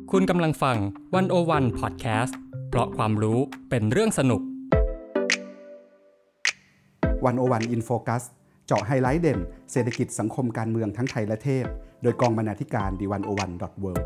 คุณกำลังฟัง101 Podcast เพราะความรู้เป็นเรื่องสนุก 101 In Focus เจาะไฮไลท์เด่นเศรษฐกิจสังคมการเมืองทั้งไทยและเทศโดยกองบรรณาธิการ The101.world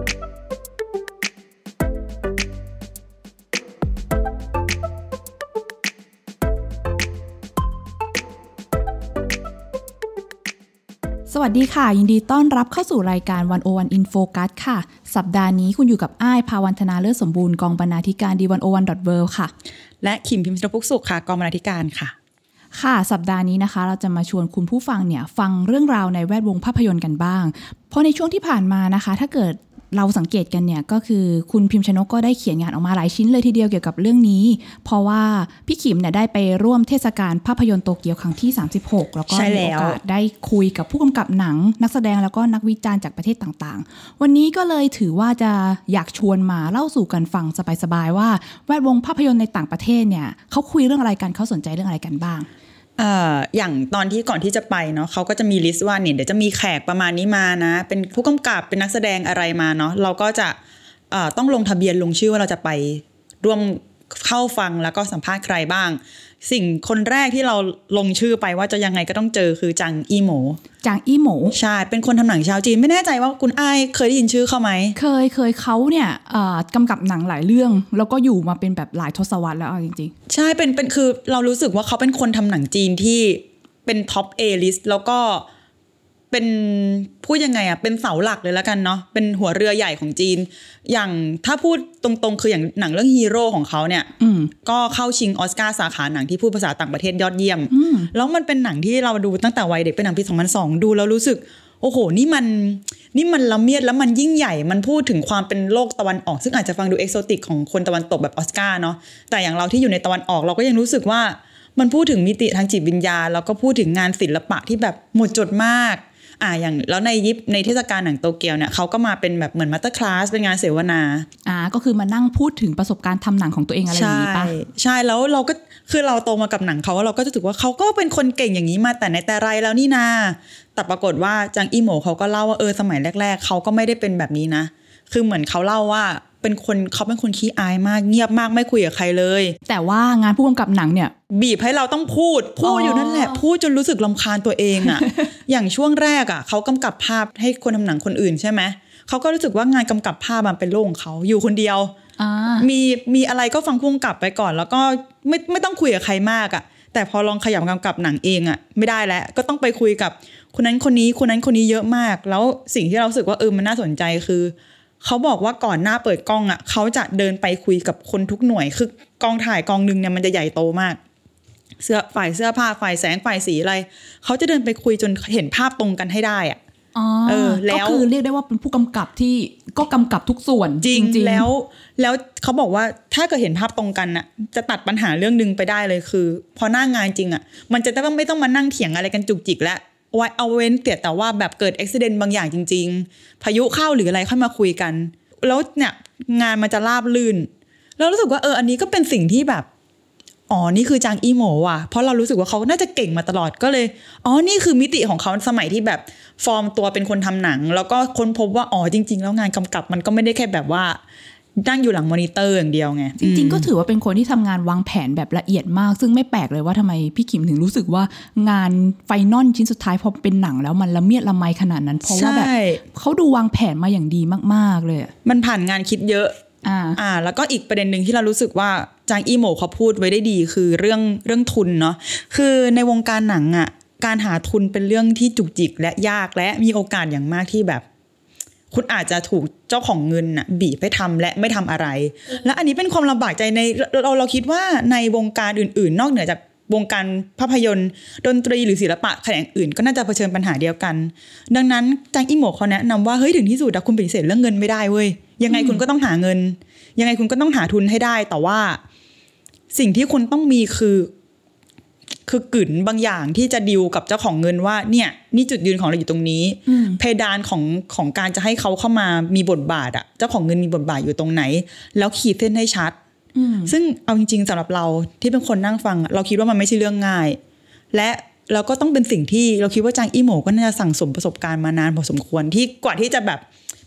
สวัสดีค่ะยินดีต้อนรับเข้าสู่รายการ101 In Focus ค่ะสัปดาห์นี้คุณอยู่กับอ้ายภาวันธนาเลิศสมบูรณ์กองบรรณาธิการ The101.world ค่ะและขิมพิมพ์ชนพุกสุขค่ะกองบรรณาธิการค่ะค่ะสัปดาห์นี้นะคะเราจะมาชวนคุณผู้ฟังเนี่ยฟังเรื่องราวในแวดวงภาพยนตร์กันบ้างเพราะในช่วงที่ผ่านมานะคะถ้าเกิดเราสังเกตกันเนี่ยก็คือคุณพิมพ์ชนกก็ได้เขียนงานออกมาหลายชิ้นเลยทีเดียวเกี่ยวกับเรื่องนี้เพราะว่าพี่ขิมเนี่ยได้ไปร่วมเทศกาลภาพยนตร์โตเกียวครั้งที่36แล้วก็มีโอกาสได้คุยกับผู้กำกับหนังนักแสดงแล้วก็นักวิจารณ์จากประเทศต่างๆวันนี้ก็เลยถือว่าจะอยากชวนมาเล่าสู่กันฟังสบายๆว่าแวดวงภาพยนตร์ในต่างประเทศเนี่ยเขาคุยเรื่องอะไรกันเขาสนใจเรื่องอะไรกันบ้างอย่างตอนที่ก่อนที่จะไปเนาะเขาก็จะมีลิสต์ว่าเนี่ยเดี๋ยวจะมีแขกประมาณนี้มานะเป็นผู้กำกับเป็นนักแสดงอะไรมาเนาะเราก็จะต้องลงทะเบียนลงชื่อว่าเราจะไปร่วมเข้าฟังแล้วก็สัมภาษณ์ใครบ้างสิ่งคนแรกที่เราลงชื่อไปว่าจะยังไงก็ต้องเจอคือจางอี้หมูใช่เป็นคนทำหนังชาวจีนไม่แน่ใจว่าคุณอ้ายเคยได้ยินชื่อเขาไหมเคยเขาเนี่ยกำกับหนังหลายเรื่องแล้วก็อยู่มาเป็นแบบหลายทศวรรษแล้วจริงๆใช่เป็นคือเรารู้สึกว่าเขาเป็นคนทำหนังจีนที่เป็นท็อป A list แล้วก็เป็นพูดยังไงอ่ะเป็นเสาหลักเลยแล้วกันเนาะเป็นหัวเรือใหญ่ของจีนอย่างถ้าพูดตรงๆคืออย่างหนังเรื่องฮีโร่ของเขาเนี่ยก็เข้าชิงออสการ์สาขาหนังที่พูดภาษาต่างประเทศยอดเยี่ยมแล้วมันเป็นหนังที่เราดูตั้งแต่วัยเด็กเป็นหนังปี2002ดูแล้วรู้สึกโอ้โหนี่มันละเมียดแล้วมันยิ่งใหญ่มันพูดถึงความเป็นโลกตะวันออกซึ่งอาจจะฟังดูเอกโซติกของคนตะวันตกแบบออสการ์เนาะแต่อย่างเราที่อยู่ในตะวันออกเราก็ยังรู้สึกว่ามันพูดถึงมิติทางจิตวิญญาณแล้วก็พูดถึงงานศิลปะที่แบบหมดจดมากอย่างแล้วในเทศกาลหนังโตเกียวเนี่ยเขาก็มาเป็นแบบเหมือนมาสเตอร์คลาสเป็นงานเสวนาก็คือมานั่งพูดถึงประสบการณ์ทำหนังของตัวเองอะไรอย่างนี้ป่ะใช่แล้วเราก็คือเราโตมากับหนังเขาเราก็จะรู้สึกว่าเขาก็เป็นคนเก่งอย่างนี้มาแต่ในแต่ไรแล้วนี่นาแต่ปรากฏว่าจางอี้หมูเขาก็เล่าว่าสมัยแรกๆเขาก็ไม่ได้เป็นแบบนี้นะคือเหมือนเขาเล่าว่าเขาเป็นคนขี้อายมากเงียบมากไม่คุยกับใครเลยแต่ว่างานผู้กำกับหนังเนี่ยบีบให้เราต้องพูดอยู่นั่นแหละพูดจนรู้สึกรำคาญตัวเองอ่ะ อย่างช่วงแรกอ่ะเขากำกับภาพให้คนทำหนังคนอื่นใช่ไหมเขาก็รู้สึกว่างานกำกับภาพมันเป็นโลกของเขาอยู่คนเดียวมีอะไรก็ฟังผู้กำกับไปก่อนแล้วก็ไม่ต้องคุยกับใครมากอ่ะแต่พอลองขยับกำกับหนังเองอ่ะไม่ได้แล้วก็ต้องไปคุยกับคนนั้นคนนี้เยอะมากแล้วสิ่งที่เรารู้สึกว่ามันน่าสนใจคือเขาบอกว่าก่อนหน้าเปิดกล้องอ่ะเขาจะเดินไปคุยกับคนทุกหน่วยคือกองถ่ายกองนึงเนี่ยมันจะใหญ่โตมากฝ่ายเสื้อผ้าฝ่ายแสงฝ่ายสีอะไรเขาจะเดินไปคุยจนเห็นภาพตรงกันให้ได้อ่ะแล้วก็คือเรียกได้ว่าเป็นผู้กำกับที่ก็กำกับทุกส่วนจริงแล้วเขาบอกว่าถ้าเกิดเห็นภาพตรงกันน่ะจะตัดปัญหาเรื่องนึงไปได้เลยคือพอหน้างานจริงอ่ะมันจะไม่ต้องมานั่งเถียงอะไรกันจุกจิกและเอาเว้นแต่ว่าแบบเกิดอุบัติเหตุบางอย่างจริงๆพายุเข้าหรืออะไรค่อยมาคุยกันแล้วเนี่ยงานมันจะราบรื่นแล้วรู้สึกว่าอันนี้ก็เป็นสิ่งที่แบบนี่คือจางอี้หมูว่ะเพราะเรารู้สึกว่าเขาน่าจะเก่งมาตลอดก็เลยนี่คือมิติของเขาสมัยที่แบบฟอร์มตัวเป็นคนทำหนังแล้วก็ค้นพบว่าจริงๆแล้วงานกำกับมันก็ไม่ได้แค่แบบว่านั่งอยู่หลังมอนิเตอร์อย่างเดียวไงจริงๆก็ถือว่าเป็นคนที่ทำงานวางแผนแบบละเอียดมากซึ่งไม่แปลกเลยว่าทำไมพี่ขิมถึงรู้สึกว่างานไฟนอลชิ้นสุดท้ายพอเป็นหนังแล้วมันละเมียดละไมขนาดนั้นเพราะว่าแบบเขาดูวางแผนมาอย่างดีมากๆเลยมันผ่านงานคิดเยอะแล้วก็อีกประเด็นนึงที่เรารู้สึกว่าจางอี้หมูเขาพูดไว้ได้ดีคือเรื่องทุนเนาะคือในวงการหนังอ่ะการหาทุนเป็นเรื่องที่จุกจิกและยากและมีโอกาสอย่างมากที่แบบคุณอาจจะถูกเจ้าของเงินน่ะบีบให้ทำและไม่ทำอะไรและอันนี้เป็นความลำบากใจในเราคิดว่าในวงการอื่นๆนอกเหนือจากวงการภาพยนตร์ดนตรีหรือศิลปะแขนงอื่นก็น่าจะเผชิญปัญหาเดียวกันดังนั้นจางอี้หมูเขาแนะนำว่าเฮ้ยถึงที่สุดคุณปฏิเสธเรื่องเงินไม่ได้เว้ยยังไงคุณก็ต้องหาเงินยังไงคุณก็ต้องหาทุนให้ได้แต่ว่าสิ่งที่คุณต้องมีคือกึ่นบางอย่างที่จะดีลกับเจ้าของเงินว่าเนี่ยนี่จุดยืนของเราอยู่ตรงนี้เพดานของการจะให้เขาเข้ามามีบทบาทอ่ะเจ้าของเงินมีบทบาทอยู่ตรงไหนแล้วขีดเส้นให้ชัดซึ่งเอาจริงๆสำหรับเราที่เป็นคนนั่งฟังเราคิดว่ามันไม่ใช่เรื่องง่ายและเราก็ต้องเป็นสิ่งที่เราคิดว่าจางอี้หมูก็น่าจะสั่งสมประสบการณ์มานานพอสมควรที่กว่าที่จะแบบ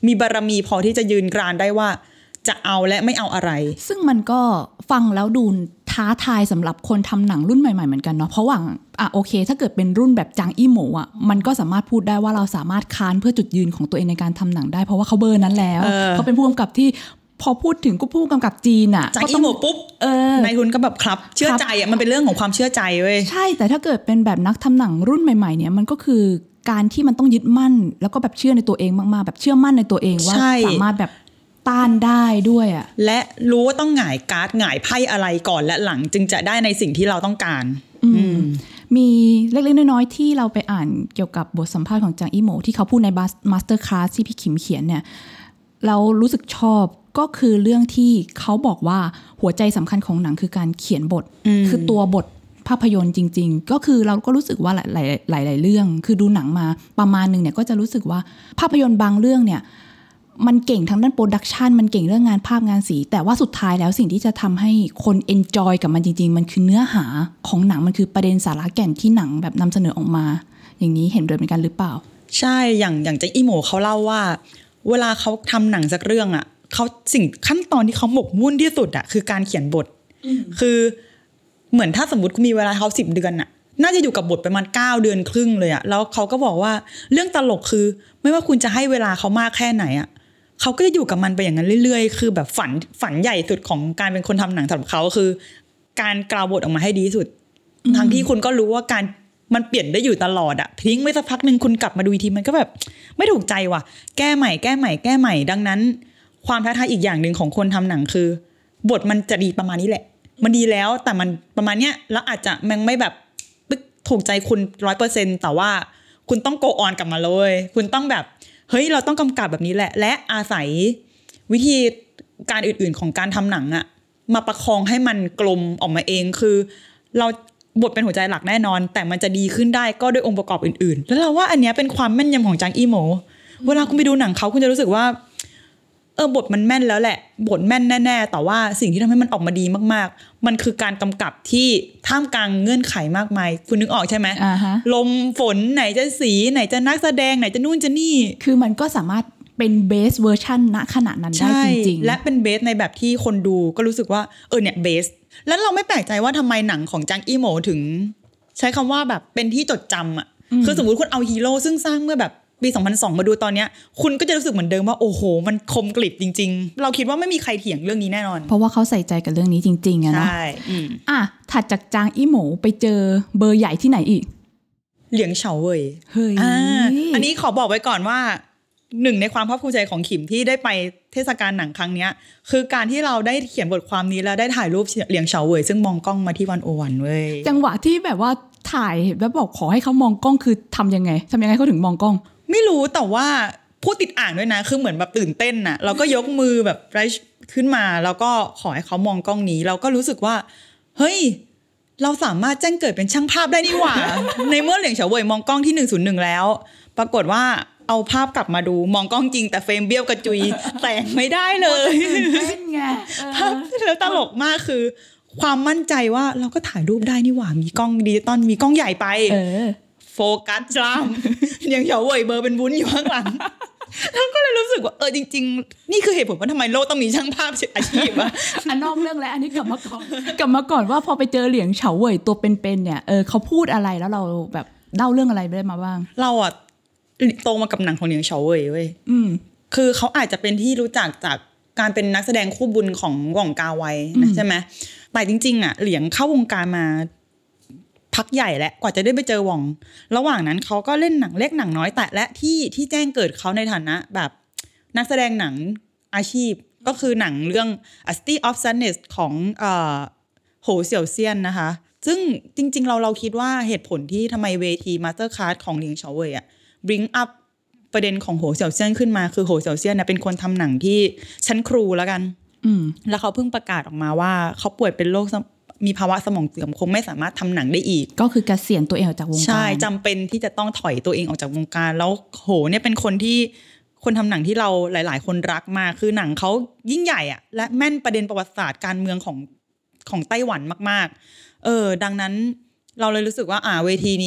มีบารมีพอที่จะยืนกรานได้ว่าจะเอาและไม่เอาอะไรซึ่งมันก็ฟังแล้วดูท้าทายสำหรับคนทำหนังรุ่นใหม่ๆเหมือนกันเนาะเพราะว่าโอเคถ้าเกิดเป็นรุ่นแบบจางอี้หมูมันก็สามารถพูดได้ว่าเราสามารถค้านเพื่อจุดยืนของตัวเองในการทำหนังได้เพราะว่าเขาเบอร์นั้นแล้วเขาเป็นผู้กำกับที่พอพูดถึงก็ผู้กำกับจีนจางอี้หมูปุ๊บนายทุนก็แบบครับเชื่อใจมันเป็นเรื่องของความเชื่อใจเว้ยใช่แต่ถ้าเกิดเป็นแบบนักทำหนังรุ่นใหม่ๆเนี่ยมันก็คือการที่มันต้องยึดมั่นแล้วก็แบบเชื่อในตัวเองมากๆแบบเชื่อมั่นในตัวเองว่าสามารถแบบต้านได้ด้วยและรู้ว่าต้องหงายการ์ดหงายไพ่อะไรก่อนและหลังจึงจะได้ในสิ่งที่เราต้องการมีเล็กๆน้อยๆที่เราไปอ่านเกี่ยวกับบทสัมภาษณ์ของจางอี้หมูที่เขาพูดในมาสเตอร์คลาสที่พี่ขิมเขียนเนี่ยเรารู้สึกชอบก็คือเรื่องที่เขาบอกว่าหัวใจสำคัญของหนังคือการเขียนบทคือตัวบทภาพยนตร์จริงๆก็คือเราก็รู้สึกว่าหลายเรื่องคือดูหนังมาประมาณนึงเนี่ยก็จะรู้สึกว่าภาพยนตร์บางเรื่องเนี่ยมันเก่งทั้งด้านโปรดักชันมันเก่งเรื่องงานภาพงานสีแต่ว่าสุดท้ายแล้วสิ่งที่จะทำให้คนเอนจอยกับมันจริงๆมันคือเนื้อหาของหนังมันคือประเด็นสาระแก่นที่หนังแบบนำเสนอออกมาอย่างนี้เห็นด้วยเหมือนกันหรือเปล่าใช่อย่างจางอี้หมูเขาเล่าว่าเวลาเขาทำหนังสักเรื่องเขาสิ่งขั้นตอนที่เขาหมกมุ่นที่สุดคือการเขียนบทคือเหมือนถ้าสมมติมีเวลาเขา10 เดือนน่าจะอยู่กับบทประมาณ9 เดือนครึ่งเลยแล้วเขาก็บอกว่าเรื่องตลกคือไม่ว่าคุณจะให้เวลาเขามากแค่ไหนเขาก็จะอยู่กับมันไปอย่างนั้นเรื่อยๆคือแบบฝันใหญ่สุดของการเป็นคนทำหนังสำหรับเขาคือการกล่าวบทออกมาให้ดีที่สุดทั้งที่คุณก็รู้ว่าการมันเปลี่ยนได้อยู่ตลอดทิ้งไว้สักพักนึงคุณกลับมาดูอีกทีมันก็แบบไม่ถูกใจว่ะแก้ใหม่ดังนั้นความท้าทายอีกอย่างนึงของคนทำหนังคือบทมันจะดีประมาณนี้แหละมันดีแล้วแต่มันประมาณเนี้ยแล้วอาจจะมันไม่แบบถูกใจคุณ 100% แต่ว่าคุณต้อง go on กลับมาเลยคุณต้องแบบเฮ้ยเราต้องกำกับแบบนี้แหละและอาศัยวิธีการอื่นๆของการทำหนังมาประคองให้มันกลมออกมาเองคือเราบทเป็นหัวใจหลักแน่นอนแต่มันจะดีขึ้นได้ก็ด้วยองค์ประกอบอื่นๆแล้วเราว่าอันเนี้ยเป็นความแม่นยำของจางอี้หมูเวลาคุณไปดูหนังเขาคุณจะรู้สึกว่าบทมันแม่นแล้วแหละบทแม่นแน่ๆแต่ว่าสิ่งที่ทำให้มันออกมาดีมากๆมันคือการกำกับที่ท่ามกลางเงื่อนไขมากมายคุณนึกออกใช่ไหม ลมฝนไหนจะสีไหนจะนักแสดงไหนจะนู่นจะนี่คือมันก็สามารถเป็นเบสเวอร์ชันณขณะนั้นได้จริงๆและเป็นเบสในแบบที่คนดูก็รู้สึกว่าเนี่ยเบสแล้วเราไม่แปลกใจว่าทำไมหนังของจางอี้หมูถึงใช้คำว่าแบบเป็นที่จดจำคือสมมุติคุณเอาฮีโร่ซึ่งสร้างเมื่อแบบปี 2002 มาดูตอนเนี้ยคุณก็จะรู้สึกเหมือนเดิมว่าโอ้โหมันคมกริบจริงๆเราคิดว่าไม่มีใครเถียงเรื่องนี้แน่นอนเพราะว่าเขาใส่ใจกับเรื่องนี้จริงๆนะใช่ถัดจากจางอี้หมูไปเจอเบอร์ใหญ่ที่ไหนอีกเหลียงเฉาเว่ยเฮ้ยอันนี้ขอบอกไว้ก่อนว่าหนึ่งในความภาคภูมิใจของขิมที่ได้ไปเทศกาลหนังครั้งนี้คือการที่เราได้เขียนบทความนี้แล้วได้ถ่ายรูปเหลียงเฉาเว่ยซึ่งมองกล้องมาที่101เว้ยจังหวะที่แบบว่าถ่ายแล้วบอกขอให้เขามองกล้องคือทำยังไงเขาถึงมองกล้องไม่รู้แต่ว่าพูดติดอ่างด้วยนะคือเหมือนแบบตื่นเต้นเราก็ยกมือแบบไรขึ้นมาแล้วก็ขอให้เขามองกล้องนี้เราก็รู้สึกว่าเฮ้ยเราสามารถแจ้งเกิดเป็นช่างภาพได้นี่หว่า ในเมื่อเหลียงเฉาเว่ยมองกล้องที่101แล้วปรากฏว่าเอาภาพกลับมาดูมองกล้องจริงแต่เฟรมเบี้ยวกระจุย แต่งไม่ได้เลยภาพแล้วตลกมากคือความมั่นใจว่าเราก็ถ่ายรูปได้นี่หว่ามีกล้องดิจิตอลมีกล้องใหญ่ไปโฟกัสจามยังเฉาเว่ยเบอร์เป็นวุ้นอยู่ข้างหลังแล้วก็เลยรู้สึกว่าจริงๆนี่คือเหตุผลว่าทำไมโลกต้องมีช่างภาพอาชีพนอกเรื่องแล้วอันนี้กลับมาก่อนว่าพอไปเจอเหลียงเฉาเว่ยตัวเป็นๆเนี่ยเขาพูดอะไรแล้วเราแบบเล่าเรื่องอะไรได้มาบ้างเราโตมากับหนังของเหลียงเฉาเว่ยเว้ยคือเขาอาจจะเป็นที่รู้จักจากการเป็นนักแสดงคู่บุญของหว่องกาไวนะใช่ไหมแต่จริงๆเหลียงเข้าวงการมาพักใหญ่และกว่าจะได้ไปเจอหว่องระหว่างนั้นเขาก็เล่นหนังเล็กหนังน้อยแต่และที่แจ้งเกิดเขาในฐานะแบบนักแสดงหนังอาชีพก็คือหนังเรื่อง A City of Sadness ของโหเสี่ยวเซียนนะคะซึ่งจริงๆเราคิดว่าเหตุผลที่ทำไมเวที Master Class ของเหลียงเฉาเว่ยbring up ประเด็นของโหเสี่ยวเซียนขึ้นมาคือโหเสี่ยวเซียนเป็นคนทำหนังที่ชั้นครูแล้วกันแล้วเขาเพิ่งประกาศออกมาว่าเขาป่วยเป็นโรคมีภาวะสมองเสื่อมคงไม่สามารถทำหนังได้อีกก็คือเกษียณตัวเองออกจากวงการใช่จำเป็นที่จะต้องถอยตัวเองออกจากวงการแล้วโหเนี่ยเป็นคนทำหนังที่เราหลายๆคนรักมากคือหนังเขายิ่งใหญ่และแม่นประเด็นประวัติศาสตร์การเมืองของไต้หวันมากๆดังนั้นเราเลยรู้สึกว่าเวทีนี้พู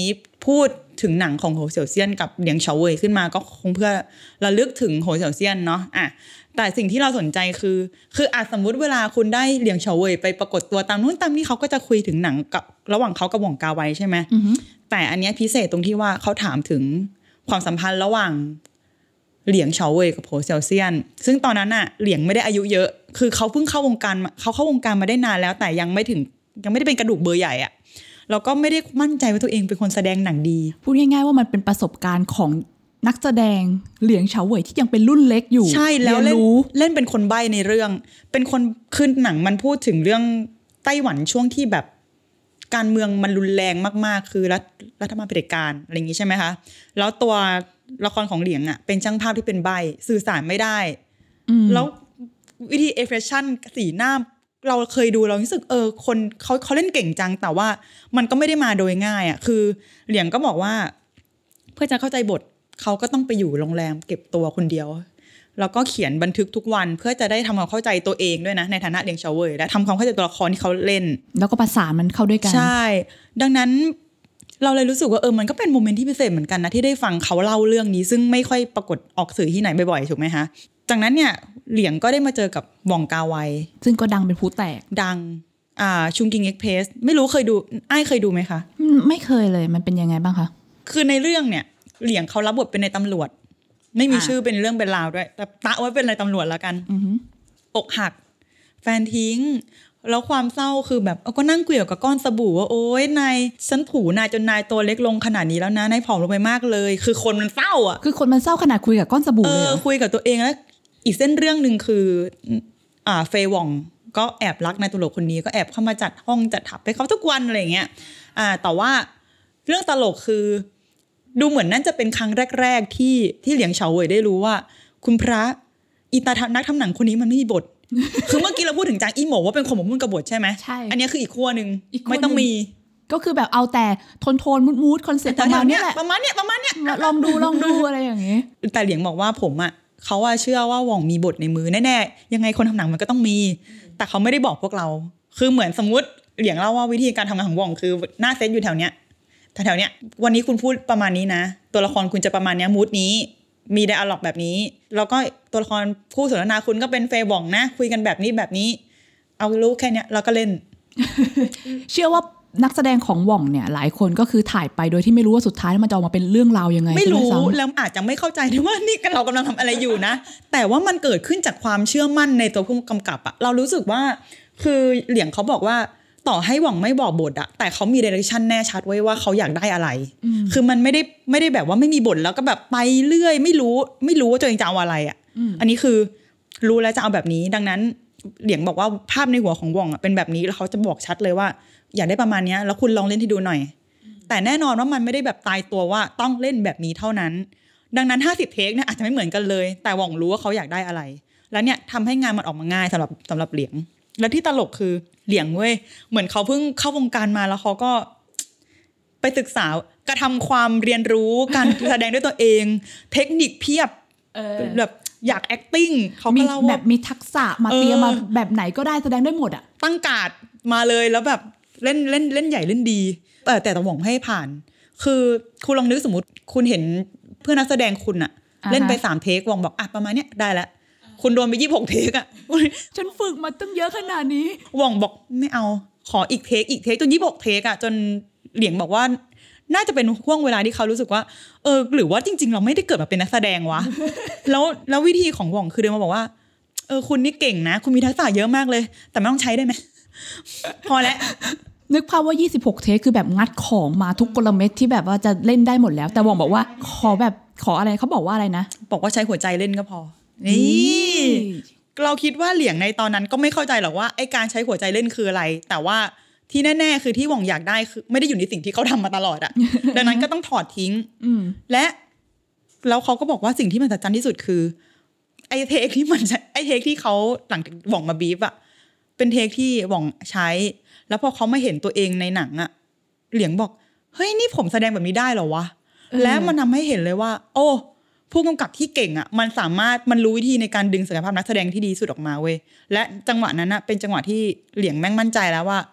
พูดถึงหนังของโหเสี่ยวเซียนกับเหลียงเฉาเว่ยขึ้นมาก็คงเพื่อระลึกถึงโหเสี่ยวเซียนเนาะแต่สิ่งที่เราสนใจคือสมมุติเวลาคุณได้เหลียงเฉาเว่ยไปปรากฏตัวตามนู้นตามนี้เขาก็จะคุยถึงหนังกับระหว่างเขากับหว่องกาไวใช่ไหมแต่อันนี้พิเศษตรงที่ว่าเขาถามถึงความสัมพันธ์ระหว่างเหลียงเฉาเว่ยกับโหเสี่ยวเซียนซึ่งตอนนั้นน่ะเหลียงไม่ได้อายุเยอะคือเขาเพิ่งเข้าวงการมาได้นานแล้วแต่ยังไม่ได้เป็นกระดูกเบอร์ใหญ่อะเราก็ไม่ได้มั่นใจว่าตัวเองเป็นคนแสดงหนังดีพูดง่ายๆว่ามันเป็นประสบการณ์ของนักแสดงเหลียงเฉาเว่ยที่ยังเป็นรุ่นเล็กอยู่ใช่แล้วเล่นเป็นคนใบ้ในเรื่องเป็นคนขึ้นหนังมันพูดถึงเรื่องไต้หวันช่วงที่แบบการเมืองมันรุนแรงมากๆคือรัฐบาลเผด็จการอะไรอย่างงี้ใช่ไหมคะแล้วตัวละครของเหลียงอ่ะเป็นช่างภาพที่เป็นใบ้สื่อสารไม่ได้แล้ววิธีเอ็กเพรสชั่นสีหน้าเราเคยดูเรารู้สึกคนเขาเล่นเก่งจังแต่ว่ามันก็ไม่ได้มาโดยง่ายอ่ะคือเหลียงก็บอกว่าเพื่อจะเข้าใจบทเขาก็ต้องไปอยู่โรงแรมเก็บตัวคนเดียวแล้วก็เขียนบันทึกทุกวันเพื่อจะได้ทำความเข้าใจตัวเองด้วยนะในฐานะเหลียงเฉาเว่ยและทำความเข้าใจตัวละครที่เขาเล่นแล้วก็ประสานมันเข้าด้วยกันใช่ดังนั้นเราเลยรู้สึกว่ามันก็เป็นโมเมนต์ที่พิเศษเหมือนกันนะที่ได้ฟังเขาเล่าเรื่องนี้ซึ่งไม่ค่อยปรากฏออกสื่อที่ไหนบ่อยๆถูกไหมคะจากนั้นเนี่ยเหลียงก็ได้มาเจอกับหว่องกาไวซึ่งก็ดังเป็นผู้แตกดังชุงกิงเอ็กเพรสไม่รู้เคยดูเคยดูไหมคะไม่เคยเลยมันเป็นยังไงบ้างคะคือในเรื่องเนี่ยเหลียงเขารับบทเป็นนายตำรวจไม่มีชื่อเป็นเรื่องเป็นราวด้วยแต่ตะไว้เป็นนายตำรวจแล้วกันอกหักแฟนทิ้งแล้วความเศร้าคือแบบก็นั่งคุยกับก้อนสบู่ว่าโอ๊ยนายฉันถูนายจนนายตัวเล็กลงขนาดนี้แล้วนะนายผอมลงไปมากเลยคือคนมันเศร้าอ่ะคือคนมันเศร้าขนาดคุยกับก้อนสบู่เลยคุยกับตัวเองแล้วอีกเส้นเรื่องนึงคือเฟย์หว่องก็แอบรักนายตำรวจคนนี้ก็แอบเข้ามาจัดห้องจัดถับให้เขาทุกวันอะไรอย่างเงี้ยแต่ว่าเรื่องตลกคือดูเหมือนนั่นจะเป็นครั้งแรกๆที่เหลียงเฉาเว่ยได้รู้ว่าคุณพระอีตานักทำหนังคนนี้มันไม่มีบท คือเมื่อกี้เราพูดถึงจางอี้หม่ว่าเป็นคนหมกมุ่นกับบทใช่ไหมใช่อันนี้คืออีกขั้วนึงไม่ต้องมีก็คือแบบเอาแต่โทนมูดคอนเซ็ปต์ประมาณนี้แหละประมาณเนี้ยลองดูอะไรอย่างงี้แต่เหลียงบอกว่าผมเขาเชื่อว่าหว่องมีบทในมือแน่ๆยังไงคนทำหนังมันก็ต้องมีแต่เขาไม่ได้บอกพวกเราคือเหมือนสมมติเหลียงเล่าว่าวิธีการทำงานของหว่องคือหน้าเซตอยู่แถวเนี้ยแถวเนี้ยวันนี้คุณพูดประมาณนี้นะตัวละครคุณจะประมาณเนี้ยมูดนี้มีไดอะล็อกแบบนี้แล้วก็ตัวละครคู่สนทนาคุณก็เป็นเฟย์หว่องนะคุยกันแบบนี้เอารู้แค่เนี้ยเราก็เล่นเชื่อว่านักแสดงของหว่องเนี่ยหลายคนก็คือถ่ายไปโดยที่ไม่รู้ว่าสุดท้ายมันจะออกมาเป็นเรื่องราวยังไงไม่รู้แล้วอาจจะไม่เข้าใจด้วยว่านี่เรากำลังทำอะไรอยู่นะ แต่ว่ามันเกิดขึ้นจากความเชื่อมั่นในตัวผู้กำกับอะเรารู้สึกว่าคือเหลียงเขาบอกว่าต่อให้หว่องไม่บอกบทอะแต่เขามีไดเรคชั่นแน่ชัดไว้ว่าเขาอยากได้อะไรคือมันไม่ได้แบบว่าไม่มีบทแล้วก็แบบไปเรื่อยไม่รู้ว่าตัวเองจะเอาอะไรอะอันนี้คือรู้แล้วจะเอาแบบนี้ดังนั้นเหลียงบอกว่าภาพในหัวของหว่องเป็นแบบนี้แล้วเขาจะบอกชัดเลยว่าอยากได้ประมาณนี้แล้วคุณลองเล่นให้ดูหน่อยแต่แน่นอนว่ามันไม่ได้แบบตายตัวว่าต้องเล่นแบบนี้เท่านั้นดังนั้น50เทคเนี่ยอาจจะไม่เหมือนกันเลยแต่หว่องรู้ว่าเขาอยากได้อะไรแล้วเนี่ยทำให้งานมันออกมาง่ายสำหรับเหลียงและที่ตลกคือเหลียงเว้ยเหมือนเขาเพิ่งเข้าวงการมาแล้วเขาก็ไปศึกษากระทำความเรียนรู้การแสดงด้วยตัวเองเทคนิคเพียบแบบอยาก acting เขาก็เล่าว่าแบบมีทักษะมาเตรียมมาแบบไหนก็ได้แสดงได้หมดอ่ะตั้งการ์ดมาเลยแล้วแบบเล่นใหญ่เล่นดีแต่ต้องหวังให้ผ่านคือคุณลองนึกสมมติคุณเห็นเพื่อนนักแสดงคุณอะเล่นไป3เทคหวังบอกประมาณเนี้ยได้แล้วคุณโดนไป26เทคอะฉันฝึกมาตั้งเยอะขนาดนี้หวังบอกไม่เอาขออีกเทคจน26เทคอะจนเหลียงบอกว่าน่าจะเป็นช่วงเวลาที่เขารู้สึกว่าหรือว่าจริงๆเราไม่ได้เกิดมาเป็นนักแสดงวะ แล้ววิธีของหวังคือเดินมาบอกว่าคุณนี่เก่งนะคุณมีทักษะเยอะมากเลยแต่ไม่ต้องใช้ได้ไหม พอแล้วนึกภาพว่า26เทคคือแบบงัดของมาทุกกลเม็ดที่แบบว่าจะเล่นได้หมดแล้วแต่หวังบอกว่าขออะไรเขาบอกว่าอะไรนะบอกว่าใช้หัวใจเล่นก็พอนี่เราคิดว่าเหลียงในตอนนั้นก็ไม่เข้าใจหรอกว่าไอ้การใช้หัวใจเล่นคืออะไรแต่ว่าที่แน่ๆคือที่หวังอยากได้คือไม่ได้อยู่ในสิ่งที่เขาทำมาตลอดอะดังนั้นก็ต้องถอดทิ้งและแล้วเขาก็บอกว่าสิ่งที่มันมหัศจรรย์ที่สุดคือไอ้เทคที่เขาหลังหวังมาบีฟอะเป็นเทคที่หวังใช้แล้วพอเขามาเห็นตัวเองในหนังอะเหลียงบอกเฮ้ยนี่ผมแสดงแบบนี้ได้เหรอวะและมันทำให้เห็นเลยว่าโอ้ผู้กำกับที่เก่งอะมันรู้วิธีในการดึงศักยภาพนักแสดงที่ดีสุดออกมาเว้ยและจังหวะนั้นอะเป็นจังหวะที่เหลียงแม่งมั่นใจแล้วว่า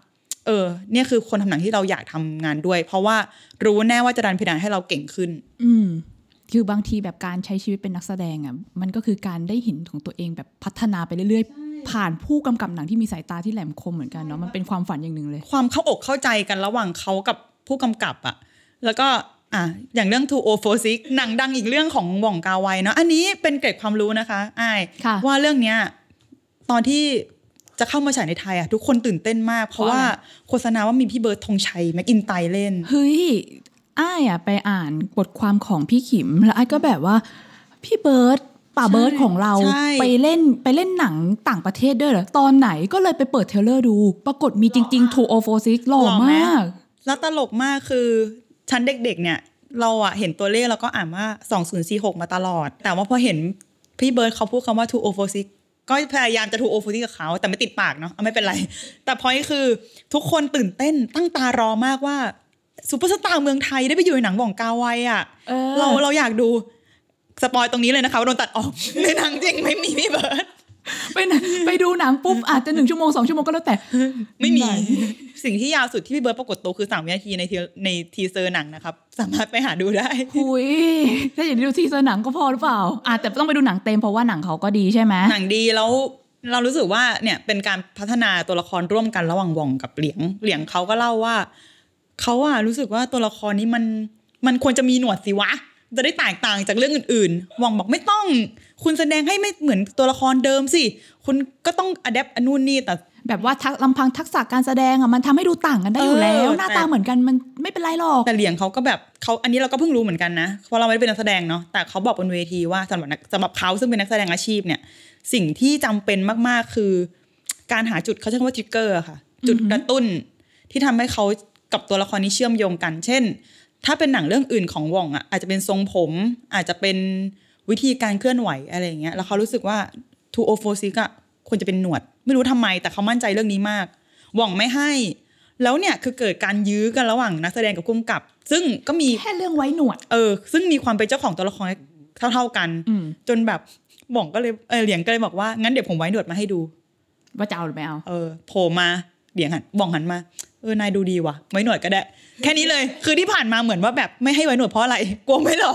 เนี่ยคือคนทำหนังที่เราอยากทำงานด้วยเพราะว่ารู้แน่ว่าจะดันเพดานให้เราเก่งขึ้นคือบางทีแบบการใช้ชีวิตเป็นนักแสดงอ่ะมันก็คือการได้เห็นของตัวเองแบบพัฒนาไปเรื่อยๆผ่านผู้กำกับหนังที่มีสายตาที่แหลมคมเหมือนกันเนาะมันเป็นความฝันอย่างนึงเลยความเข้าอกเข้าใจกันระหว่างเขากับผู้กำกับอ่ะแล้วก็อย่างเรื่อง 2046 หนังดังอีกเรื่องของหว่องกาไวเนาะอันนี้เป็นเกร็ดความรู้นะคะอ้ายว่าเรื่องเนี้ยตอนที่จะเข้ามาฉายในไทยอ่ะทุกคนตื่นเต้นมากเพราะว่าโฆษณาว่ามีพี่เบิร์ดธงชัยแม็กอินไตร์เล่นเฮ้ยอ้ายไปอ่านบทความของพี่ขิมแล้วอ้ายก็แบบว่าพี่เบิร์ดป่าเบิร์ดของเราไปเล่นหนังต่างประเทศด้วยเหรอตอนไหนก็เลยไปเปิดเทรลเลอร์ดูปรากฏมีจริงๆ2046หล่อมากแล้วตลกมากคือชั้นเด็กๆเนี่ยเราอะเห็นตัวเลขแล้วก็อ่านว่า2046มาตลอดแต่ว่าพอเห็นพี่เบิร์ดเขาพูดคำว่า2046ก็พยายามจะ2046กับเขาแต่ไม่ติดปากเนาะไม่เป็นไรแต่พอยคือทุกคนตื่นเต้นตั้งตารอมากว่าซุปเปอร์สตาร์เมืองไทยได้ไปอยู่ในหนังหว่องกาไวอ่ะเราอยากดูสปอยตรงนี้เลยนะคะว่าโดนตัดออกในหนังจริงไม่มีพี่เบิร์ดไปดูหนังปุ๊บอาจจะ1ชั่วโมง2ชั่วโมงก็แล้วแต่ไม่มีสิ่งที่ยาวสุดที่พี่เบิร์ดปรากฏตัวคือ3 วินาทีในทีเซอร์หนังนะครับสามารถไปหาดูได้หุยถ้าอยากดูทีเซอร์หนังก็พอหรือเปล่าแต่ต้องไปดูหนังเต็มเพราะว่าหนังเขาก็ดีใช่ไหมหนังดีแล้วเรารู้สึกว่าเนี่ยเป็นการพัฒนาตัวละครร่วมกันระหว่างหว่องกับเหลียงเขาก็เล่าว่าเขาอะรู้สึกว่าตัวละครนี้มันควรจะมีหนวดสิวะจะได้แตกต่างจากเรื่องอื่นๆหว่องบอกไม่ต้องคุณแสดงให้ไม่เหมือนตัวละครเดิมสิคุณก็ต้องอะแดปอันนู่นนี่แต่แบบว่าลำพังทักษะการแสดงอะมันทำให้ดูต่างกันได้อยู่แล้วหน้าตาเหมือนกันมันไม่เป็นไรหรอกแต่เหลียงเขาก็แบบเขาอันนี้เราก็เพิ่งรู้เหมือนกันนะเพราะเราไม่ได้เป็นนักแสดงเนาะแต่เขาบอกบนเวทีว่าสำหรับเขาซึ่งเป็นนักแสดงอาชีพเนี่ยสิ่งที่จำเป็นมากๆคือการหาจุดเขาใช้คำว่าทริกเกอร์ค่ะจุดกระตุ้นที่ทำให้เขากับตัวละครนี้เชื่อมโยงกันเช่นถ้าเป็นหนังเรื่องอื่นของหว่องอ่ะอาจจะเป็นทรงผมอาจจะเป็นวิธีการเคลื่อนไหวอะไรอย่างเงี้ยแล้วเขารู้สึกว่า2046อ่ะควรจะเป็นหนวดไม่รู้ทำไมแต่เขามั่นใจเรื่องนี้มากหว่องไม่ให้แล้วเนี่ยคือเกิดการยื้อกันระหว่างนักแสดงกับผู้กำกับซึ่งก็มีแค่เรื่องไว้หนวดซึ่งมีความเป็นเจ้าของตัวละครเท่าๆกันจนแบบหว่องก็เลยเหลียงก็เลยบอกว่างั้นเดี๋ยวผมไว้หนวดมาให้ดูว่าจะเอาหรือไม่เอาโผล่มาเหลียงหว่องหันมานายดูดีว่ะไว้หนวดก็ได้แค่นี้เลยคือที่ผ่านมาเหมือนว่าแบบไม่ให้ไว้หนวดเพราะอะไรกลัวไม่หล่อ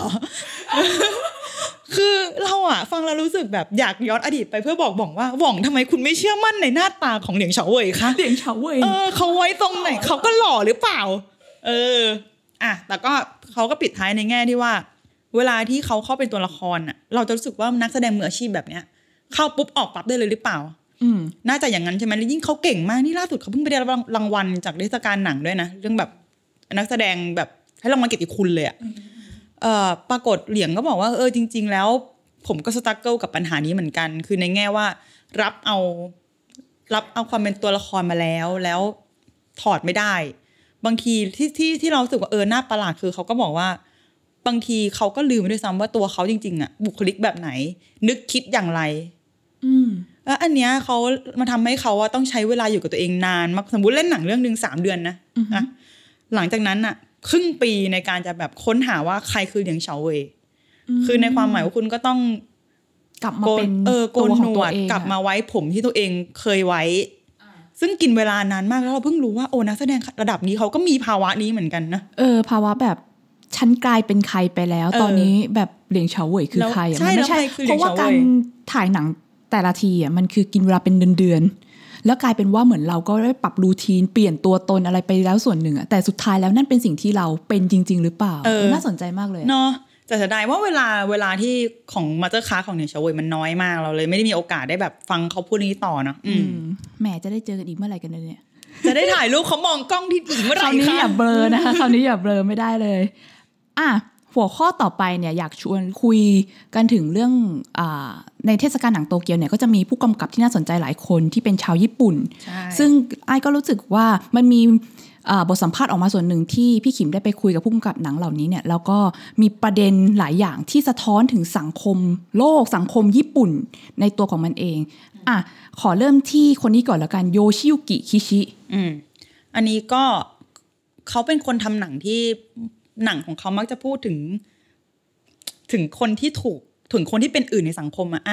คือเราอะฟังแล้วรู้สึกแบบอยากย้อนอดีตไปเพื่อบอกว่าหว่องทำไมคุณไม่เชื่อมั่นในหน้าตาของเหลียงเฉาเว่ยคะเหลียงเฉาเว่ยเขาไว้ตรงไหนเขาก็หล่อหรือเปล่าแต่ก็เขาก็ปิดท้ายในแง่ที่ว่าเวลาที่เขาเข้าเป็นตัวละครอะเราจะรู้สึกว่านักแสดงมืออาชีพแบบเนี้ยเข้าปุ๊บออกปั๊บได้เลยหรือเปล่าน่าจะอย่างนั้นใช่ไหมแล้วยิ่งเขาเก่งมากนี่ล่าสุดเขาเพิ่งไปได้รับรางวัลจากเทศกาลหนังด้วยนะเรื่องแบบนักแสดงแบบให้รางวัลเกียรติคุณเลยอะปรากฏเหลียงก็บอกว่าจริงๆแล้วผมก็สตรักเกิลกับปัญหานี้เหมือนกันคือในแง่ว่ารับเอาความเป็นตัวละครมาแล้วถอดไม่ได้บางทีที่เราสึกว่าน่าประหลาดคือเขาก็บอกว่าบางทีเขาก็ลืมไปด้วยซ้ำว่าตัวเขาจริงๆอะบุคลิกแบบไหนนึกคิดอย่างไรแล้วอันเนี้ยเขามาทำให้เขาต้องใช้เวลาอยู่กับตัวเองนานมากสมมติเล่นหนังเรื่องนึง3 เดือนนะหลังจากนั้นอะครึ่งปีในการจะแบบค้นหาว่าใครคือเหลียงเฉาเว่ยคือในความหมายว่าคุณก็ต้องกลับมาเป็นโกนหนวดกลับมาไว้ผมที่ตัวเองเคยไว้ซึ่งกินเวลานานมากแล้วเราเพิ่งรู้ว่านักแสดงระดับนี้เขาก็มีภาวะนี้เหมือนกันนะภาวะแบบฉันกลายเป็นใครไปแล้วตอนนี้แบบเหลียงเฉาเว่ยคือใครมันไม่ใช่เพราะว่าการถ่ายหนังแต่ละทีมันคือกินเวลาเป็นเดือนแล้วกลายเป็นว่าเหมือนเราก็ได้ปรับรูทีนเปลี่ยนตัวตนอะไรไปแล้วส่วนหนึ่งแต่สุดท้ายแล้วนั่นเป็นสิ่งที่เราเป็นจริงๆหรือเปล่าน่าสนใจมากเลยเนาะแต่เสียดายว่าเวลาที่ของมาสเตอร์คลาสของเหลียงเฉาเว่ยมันน้อยมากเราเลยไม่ได้มีโอกาสได้แบบฟังเขาพูดนี้ต่อเนาะแหมจะได้เจอกันอีกเมื่อไหร่กันเนี่ยจะได้ถ่ายรูปเขามองกล้องที่อีกเมื่อไหร่คะคราวนี้อย่าเบลอนะคะคราวนี้อย่าเบลอไม่ได้เลยหัวข้อต่อไปเนี่ยอยากชวนคุยกันถึงเรื่องในเทศกาลหนังโตเกียวเนี่ยก็จะมีผู้กำกับที่น่าสนใจหลายคนที่เป็นชาวญี่ปุ่นซึ่งไอ้ก็รู้สึกว่ามันมีบทสัมภาษณ์ออกมาส่วนหนึ่งที่พี่ขิมได้ไปคุยกับผู้กำกับหนังเหล่านี้เนี่ยแล้วก็มีประเด็นหลายอย่างที่สะท้อนถึงสังคมโลกสังคมญี่ปุ่นในตัวของมันเองขอเริ่มที่คนนี้ก่อนแล้วกันโยชิยุกิคิชิอันนี้ก็เขาเป็นคนทำหนังที่หนังของเขามักจะพูดถึงคนที่ถูกถึงคนที่เป็นอื่นในสังคมอ้าย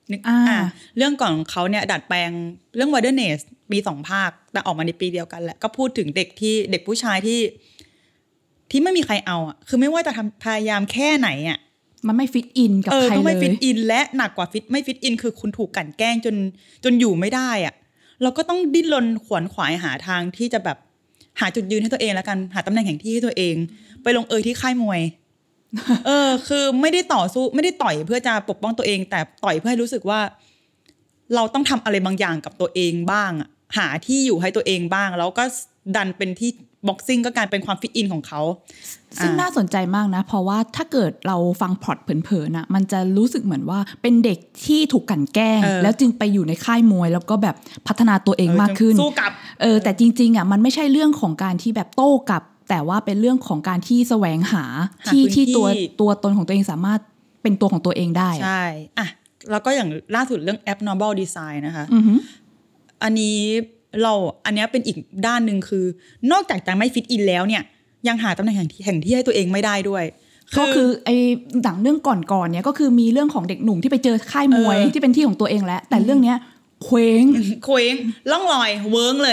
เรื่องก่อนของเขาเนี่ยดัดแปลงเรื่อง Wilderness มี2 ภาคแต่ออกมาในปีเดียวกันแหละก็พูดถึงเด็กผู้ชายที่ไม่มีใครเอาอ่ะคือไม่ว่าจะทำพยายามแค่ไหนอ่ะมันไม่ฟิตอินกับใครเลยก็ไม่ฟิตอินและหนักกว่าไม่ฟิตอินคือคุณถูกกลั่นแกล้งจนอยู่ไม่ได้อ่ะเราก็ต้องดิ้นรนขวนขวายหาทางที่จะแบบหาจุดยืนให้ตัวเองแล้วกันหาตำแหน่งแห่งที่ให้ตัวเองไปลงที่ค่ายมวยคือไม่ได้ต่อสู้ไม่ได้ต่อยเพื่อจะปกป้องตัวเองแต่ต่อยเพื่อให้รู้สึกว่าเราต้องทำอะไรบางอย่างกับตัวเองบ้างอะหาที่อยู่ให้ตัวเองบ้างแล้วก็ดันเป็นที่บ็อกซิ่งก็กลายเป็นความฟิตอินของเขาซึ่งน่าสนใจมากนะเพราะว่าถ้าเกิดเราฟังพล็อตเผินๆน่ะมันจะรู้สึกเหมือนว่าเป็นเด็กที่ถูกกลั่นแกล้งแล้วจึงไปอยู่ในค่ายมวยแล้วก็แบบพัฒนาตัวเองมากขึ้นสู้กับแต่จริงๆอ่ะมันไม่ใช่เรื่องของการที่แบบโต้กลับแต่ว่าเป็นเรื่องของการที่แสวงหาที่ตัวตนของตัวเองสามารถเป็นตัวของตัวเองได้ใช่อ่ะแล้วก็อย่างล่าสุดเรื่อง abnormal design นะคะอันนี้เป็นอีกด้านนึงคือนอกจากจะไม่ฟิตอินแล้วเนี่ยยังหาตำแหน่งแห่งที่ให้ตัวเองไม่ได้ด้วยก็คือไอ้ดังเรื่องก่อนเนี่ยก็คือมีเรื่องของเด็กหนุ่มที่ไปเจอค่ายมวยที่เป็นที่ของตัวเองแล้วแต่เรื่องเนี้ยเคว้งล่องลอยเวิ้งเลย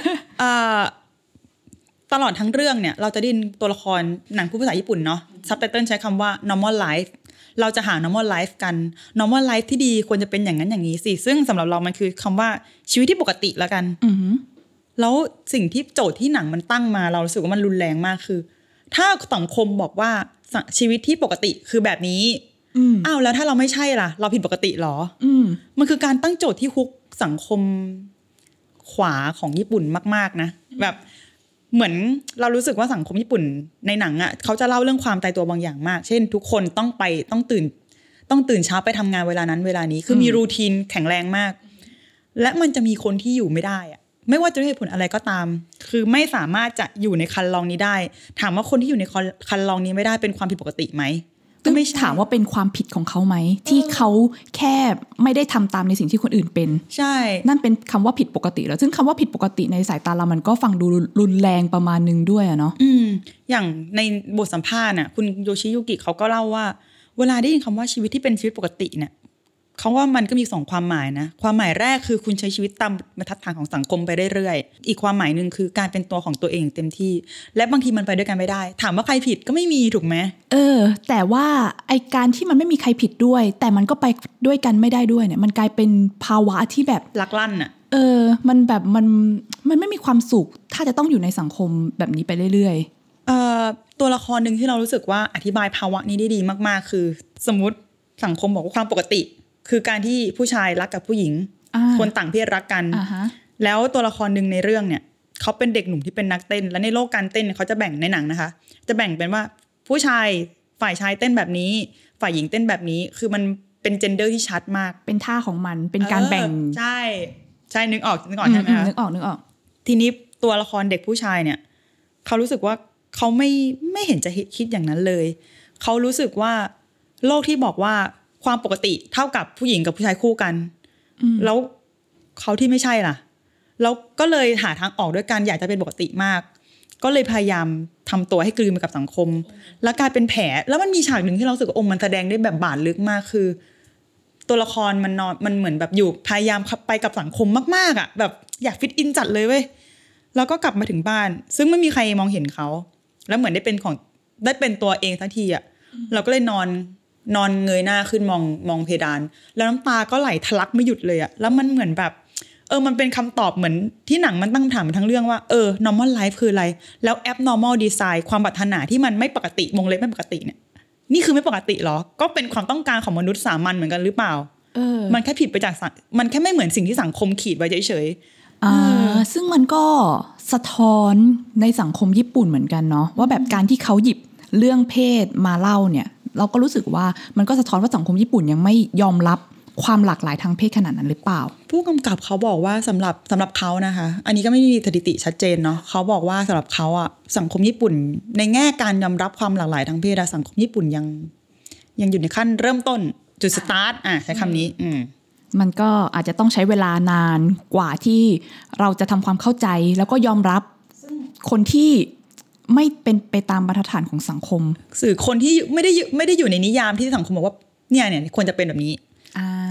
ตลอดทั้งเรื่องเนี่ยเราจะได้ยินตัวละครหนังพูดภาษาญี่ปุ่นเนาะซับไตเติลใช้คำว่า normal life เราจะหา normal life กัน normal life ที่ดีควรจะเป็นอย่างนั้นอย่างนี้สิซึ่งสำหรับเรามันคือคำว่าชีวิตที่ปกติแล้วกันแล้วสิ่งที่โจทย์ที่หนังมันตั้งมาเรารู้สึกว่ามันรุนแรงมากคือถ้าสังคมบอกว่าชีวิตที่ปกติคือแบบนี้อ้าวแล้วถ้าเราไม่ใช่ล่ะเราผิดปกติหรอมันคือการตั้งโจทย์ที่ฮุกสังคมขวาของญี่ปุ่นมากๆนะแบบเหมือนเรารู้สึกว่าสังคมญี่ปุ่นในหนังอ่ะเขาจะเล่าเรื่องความตายตัวบางอย่างมากเช่นทุกคนต้องตื่นเช้าไปทำงานเวลานั้นเวลานี้คือมีรูทีนแข็งแรงมากและมันจะมีคนที่อยู่ไม่ได้อ่ะไม่ว่าจะด้วยเหตุผลอะไรก็ตามคือไม่สามารถจะอยู่ในคันลองนี้ได้ถามว่าคนที่อยู่ในคันลองนี้ไม่ได้เป็นความผิดปกติไหมก็ไม่ถามว่าเป็นความผิดของเขาไหมที่เขาแค่ไม่ได้ทำตามในสิ่งที่คนอื่นเป็นใช่นั่นเป็นคำว่าผิดปกติแล้วซึ่งคำว่าผิดปกติในสายตาเรามันก็ฟังดูรุนแรงประมาณนึงด้วยอะเนาะอย่างในบทสัมภาษณ์น่ะคุณโยชิยุกิเขาก็เล่าว่าเวลาได้ยินคำว่าชีวิตที่เป็นชีวิตปกติเนี่ยเขาว่ามันก็มี2ความหมายนะความหมายแรกคือคุณใช้ชีวิตตามบรรทัดฐานของสังคมไปเรื่อยๆอีกความหมายนึงคือการเป็นตัวของตัวเองเต็มที่และบางทีมันไปด้วยกันไม่ได้ถามว่าใครผิดก็ไม่มีถูกไหมแต่ว่าไอการที่มันไม่มีใครผิดด้วยแต่มันก็ไปด้วยกันไม่ได้ด้วยเนี่ยมันกลายเป็นภาวะที่แบบลักลั่นอ่ะมันแบบมันไม่มีความสุขถ้าจะต้องอยู่ในสังคมแบบนี้ไปเรื่อยๆตัวละครนึงที่เรารู้สึกว่าอธิบายภาวะนี้ได้ดีมากๆคือสมมติสังคมบอกว่าความปกติคือการที่ผู้ชายรักกับผู้หญิงคนต่างเพศรักกันแล้วตัวละครนึงในเรื่องเนี่ยเขาเป็นเด็กหนุ่มที่เป็นนักเต้นและในโลกการเต้นเขาจะแบ่งในหนังนะคะจะแบ่งเป็นว่าผู้ชายฝ่ายชายเต้นแบบนี้ฝ่ายหญิงเต้นแบบนี้คือมันเป็นเจนเดอร์ที่ชัดมากเป็นท่าของมันเป็นการแบ่งใช่นึกออกใช่ไหมคะนึกออกทีนี้ตัวละครเด็กผู้ชายเนี่ยเขารู้สึกว่าเขาไม่เห็นจะคิดอย่างนั้นเลยเขารู้สึกว่าโลกที่บอกว่าความปกติเท่ากับผู้หญิงกับผู้ชายคู่กันแล้วเขาที่ไม่ใช่ล่ะแล้วก็เลยหาทางออกด้วยกันอยากจะเป็นปกติมากก็เลยพยายามทำตัวให้กลืนไปกับสังคมแล้วกลายเป็นแผลแล้วมันมีฉากหนึ่งที่เรารู้สึกว่ามันแสดงได้แบบบาดลึกมากคือตัวละครมันเหมือนแบบอยู่พยายามไปกับสังคมมากๆอ่ะแบบอยากฟิตอินจัดเลยเว้ยแล้วก็กลับมาถึงบ้านซึ่งไม่มีใครมองเห็นเขาแล้วเหมือนได้เป็นตัวเองทันทีอ่ะเราก็เลยนอนเงยหน้าขึ้นมองเพดานแล้วน้ำตาก็ไหลทะลักไม่หยุดเลยอะแล้วมันเหมือนแบบมันเป็นคำตอบเหมือนที่หนังมันตั้งคำถามทั้งเรื่องว่าnormal life คืออะไรแล้ว abnormal design ความปรารถนาที่มันไม่ปกติวงเล็บไม่ปกติเนี่ยนี่คือไม่ปกติหรอก็เป็นความต้องการของมนุษย์สามัญเหมือนกันหรือเปล่ามันแค่ผิดไปจากมันแค่ไม่เหมือนสิ่งที่สังคมขีดไว้เฉยๆซึ่งมันก็สะท้อนในสังคมญี่ปุ่นเหมือนกันเนาะว่าแบบการที่เขาหยิบเรื่องเพศมาเล่าเนี่ยเราก็รู้สึกว่ามันก็สะท้อนว่าสังคมญี่ปุ่นยังไม่ยอมรับความหลากหลายทางเพศขนาดนั้นหรือเปล่าผู้กำกับเขาบอกว่าสำหรับเขานะคะอันนี้ก็ไม่มีสถิติชัดเจนเนาะเขาบอกว่าสำหรับเขาอะสังคมญี่ปุ่นในแง่การยอมรับความหลากหลายทางเพศสังคมญี่ปุ่นยังอยู่ในขั้นเริ่มต้นจุดสตาร์ทใช้คำนี้มันก็อาจจะต้องใช้เวลานานกว่าที่เราจะทำความเข้าใจแล้วก็ยอมรับคนที่ไม่เป็นไปตามมาตรฐานของสังคมสื่อคนที่ไม่ได้อยู่ในนิยามที่สังคมบอกว่าเนี่ยควรจะเป็นแบบนี้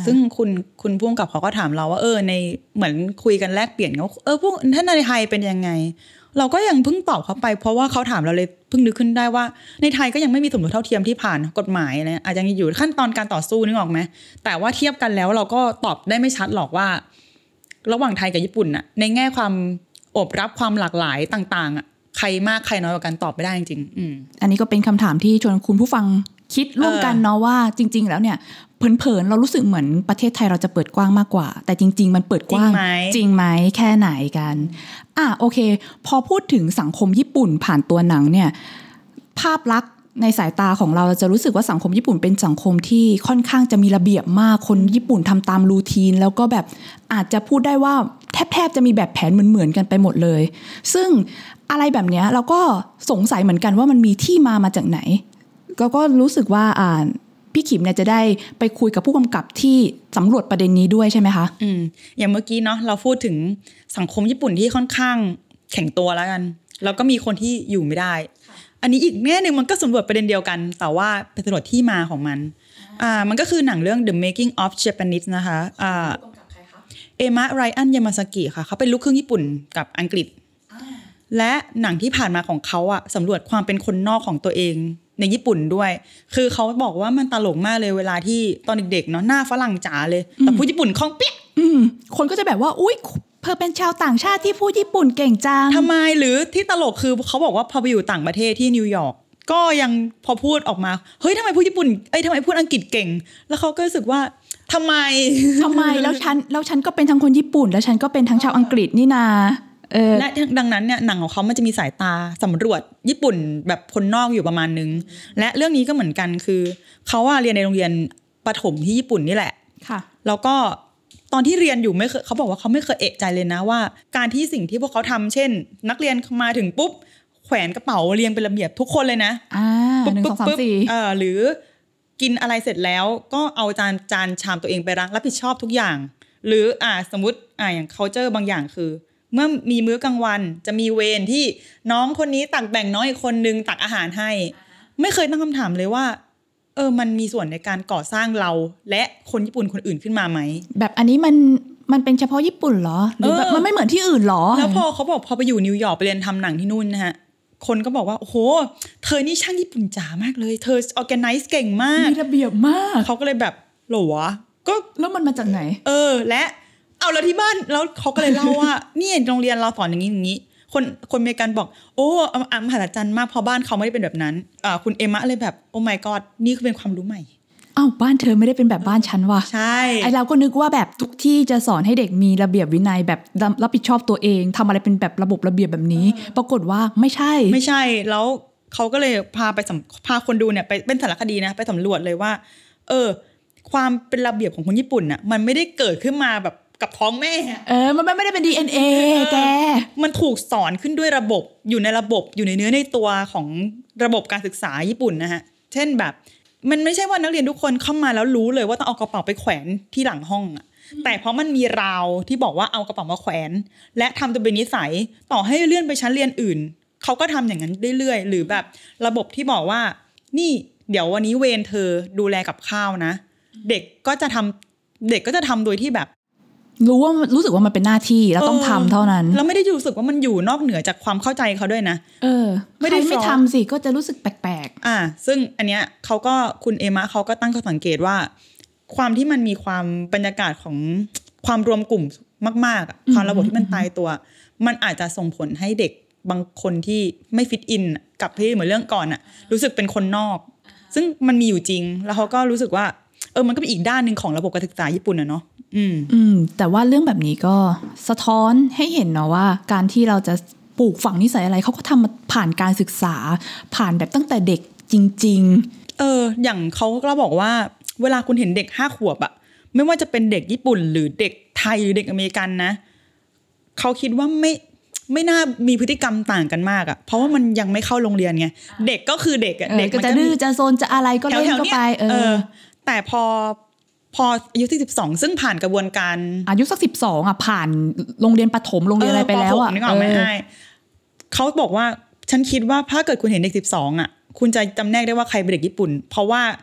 ซึ่งคุณผู้กำกับเขาก็ถามเราว่าในเหมือนคุยกันแลกเปลี่ยนว่าพวกท่านในไทยเป็นยังไงเราก็ยังเพิ่งตอบเขาไปเพราะว่าเขาถามเราเลยเพิ่งนึกขึ้นได้ว่าในไทยก็ยังไม่มีสมรสเท่าเทียมที่ผ่านกฎหมายนะอาจจะยังอยู่ขั้นตอนการต่อสู้นึกออกไหมแต่ว่าเทียบกันแล้วเราก็ตอบได้ไม่ชัดหรอกว่าระหว่างไทยกับญี่ปุ่นน่ะในแง่ความโอบรับความหลากหลายต่างๆอ่ะใครมากใครน้อยกว่ากันตอบไม่ได้จริงๆอันนี้ก็เป็นคำถามที่ชวนคุณผู้ฟังคิดร่วมกันเนาะว่าจริงๆแล้วเนี่ยเผินๆเรารู้สึกเหมือนประเทศไทยเราจะเปิดกว้างมากกว่าแต่จริงๆมันเปิดกว้างจริงไหมแค่ไหนกันโอเคพอพูดถึงสังคมญี่ปุ่นผ่านตัวหนังเนี่ยภาพลักษณ์ในสายตาของเราจะรู้สึกว่าสังคมญี่ปุ่นเป็นสังคมที่ค่อนข้างจะมีระเบียบมากคนญี่ปุ่นทำตามรูทีนแล้วก็แบบอาจจะพูดได้ว่าแทบจะมีแบบแผนเหมือนๆกันไปหมดเลยซึ่งอะไรแบบนี้เราก็สงสัยเหมือนกันว่ามันมีที่มาจากไหนก็รู้สึกว่าพี่ขิมเนี่ยจะได้ไปคุยกับผู้กำกับที่สำรวจประเด็นนี้ด้วยใช่ไหมคะอย่างเมื่อกี้เนาะเราพูดถึงสังคมญี่ปุ่นที่ค่อนข้างแข็งตัวแล้วกันแล้วก็มีคนที่อยู่ไม่ได้อันนี้อีกแง่นึงมันก็สำรวจประเด็นเดียวกันแต่ว่าเป็นสำรวจที่มาของมันก็คือหนังเรื่อง The Making of Japanese นะคะเอมะไรอันยามาซากิค่ะเขาเป็นลูกครึ่งญี่ปุ่นกับอังกฤษและหนังที่ผ่านมาของเขาสำรวจความเป็นคนนอกของตัวเองในญี่ปุ่นด้วยคือเขาบอกว่ามันตลกมากเลยเวลาที่ตอนเด็กๆเนาะหน้าฝรั่งจ๋าเลยแต่พูดญี่ปุ่นคล่องเปี้ยคนก็จะแบบว่าอุ๊ยเธอเป็นชาวต่างชาติที่พูดญี่ปุ่นเก่งจังทำไมหรือที่ตลกคือเขาบอกว่าพอไปอยู่ต่างประเทศที่นิวยอร์กก็ยังพอพูดออกมาเฮ้ยทำไมพูดญี่ปุ่นทำไมพูดอังกฤษเก่งแล้วเขาก็รู้สึกว่าทำไมแล้วฉันก็เป็นทั้งคนญี่ปุ่นแล้วฉันก็เป็นทั้งชาวอังกฤษนี่นาและดังนั้นเนี่ยหนังของเขามันจะมีสายตาสำรวจญี่ปุ่นแบบคนนอกอยู่ประมาณนึงและเรื่องนี้ก็เหมือนกันคือเขาเรียนในโรงเรียนประถมที่ญี่ปุ่นนี่แหละค่ะแล้วก็ตอนที่เรียนอยู่ไม่เคยเขาบอกว่าเขาไม่เคยเอะใจเลยนะว่าการที่สิ่งที่พวกเขาทำเช่นนักเรียนมาถึงปุ๊บแขวนกระเป๋าเรียงเป็นระเบียบทุกคนเลยนะ 1 2 3 4หรือกินอะไรเสร็จแล้วก็เอาจานชามตัวเองไปรับผิดชอบทุกอย่างหรือสมมติอย่าง culture บางอย่างคือเมื่อมีมื้อกลางวันจะมีเวรที่น้องคนนี้ตักแบ่งน้องอีกคนนึงตักอาหารให้ไม่เคยตั้งคำถามเลยว่ามันมีส่วนในการก่อสร้างเราและคนญี่ปุ่นคนอื่นขึ้นมาไหมแบบอันนี้มันเป็นเฉพาะญี่ปุ่นเหรอหรือแบบมันไม่เหมือนที่อื่นเหรอแล้วพอบอกพอไปอยู่นิวยอร์กไปเรียนทำหนังที่นู่นนะฮะคนก็บอกว่าโอ้โหเธอนี่ช่างญี่ปุ่นจ๋ามากเลยเธอ organize เก่งมากมีระเบียบมากเขาก็เลยแบบโหรวะก็แล้วมันมาจากไหนและเอาแล้วที่บ้านแล้วเขาก็เลยเล่าว่า นี่โรงเรียนเราสอนอย่างนี้คนอเมริกันบอกโอ้มหัศจรรย์มากเพราะบ้านเขาไม่ได้เป็นแบบนั้นคุณเอมะเลยแบบโอ้ my god นี่คือเป็นความรู้ใหม่บ้านเธอไม่ได้เป็นแบบบ้านฉันว่ะใช่เราก็นึกว่าแบบทุกที่จะสอนให้เด็กมีระเบียบวินัยแบบรับผิดชอบตัวเองทำอะไรเป็นแบบระบบระเบียบแบบนี้ปรากฏว่าไม่ใช่แล้วเขาก็เลยพาคนดูเนี่ยไปเป็นสารคดีนะไปสำรวจเลยว่าความเป็นระเบียบของคนญี่ปุ่นน่ะมันไม่ได้เกิดขึ้นมาแบบกับท้องแม่มันไม่ได้เป็น DNA แกมันถูกสอนขึ้นด้วยระบบอยู่ในระบบอยู่ในเนื้อในตัวของระบบการศึกษาญี่ปุ่นนะฮะเช่นแบบมันไม่ใช่ว่านักเรียนทุกคนเข้ามาแล้วรู้เลยว่าต้องเอากระเป๋าไปแขวนที่หลังห้องอ่ะแต่เพราะมันมีราวที่บอกว่าเอากระเป๋ามาแขวนและทำจนเป็นนิสัยต่อให้เลื่อนไปชั้นเรียนอื่นเขาก็ทำอย่างนั้นเรื่อยๆหรือแบบระบบที่บอกว่านี่เดี๋ยววันนี้เวรเธอดูแลกับข้าวนะเด็กก็จะทำโดยที่แบบรู้สึกว่ามันเป็นหน้าที่แล้วต้องทำเท่านั้นแล้วไม่ได้รู้สึกว่ามันอยู่นอกเหนือจากความเข้าใจเขาด้วยนะไม่ได้ไม่ทำสิก็จะรู้สึกแปลกๆซึ่งอันเนี้ยเขาก็คุณเอมะเขาก็ตั้งข้อสังเกตว่าความที่มันมีความบรรยากาศของความรวมกลุ่มมากๆความระบบที่มันตายตัวมันอาจจะส่งผลให้เด็กบางคนที่ไม่ฟิตอินกับที่เหมือนเรื่องก่อนรู้สึกเป็นคนนอกซึ่งมันมีอยู่จริงแล้วเขาก็รู้สึกว่ามันก็เป็นอีกด้านนึงของระบบการศึกษาญี่ปุ่นเนาะแต่ว่าเรื่องแบบนี้ก็สะท้อนให้เห็นเนาะว่าการที่เราจะปลูกฝังนิสัยอะไรเขาก็ทำผ่านการศึกษาผ่านแบบตั้งแต่เด็กจริงๆอย่างเขาก็บอกว่าเวลาคุณเห็นเด็ก5 ขวบไม่ว่าจะเป็นเด็กญี่ปุ่นหรือเด็กไทยหรือเด็กอเมริกันนะเขาคิดว่าไม่น่ามีพฤติกรรมต่างกันมากเพราะว่ามันยังไม่เข้าโรงเรียนไงเด็กก็คือเด็กเด็กจะดื้อจะโซนจะอะไรก็เล่นก็ไปแต่พออายุ12ซึ่งผ่านกระบวนการอายุสัก12ผ่านโรงเรียนประถมโรงเรียนอะไรไปแล้วนึกออกไหมเขาบอกว่าฉันคิดว่าถ้าเกิดคุณเห็นเด็ก12คุณจะจำแนกได้ว่าใครเป็นเด็กญี่ปุ่นเพราะว่า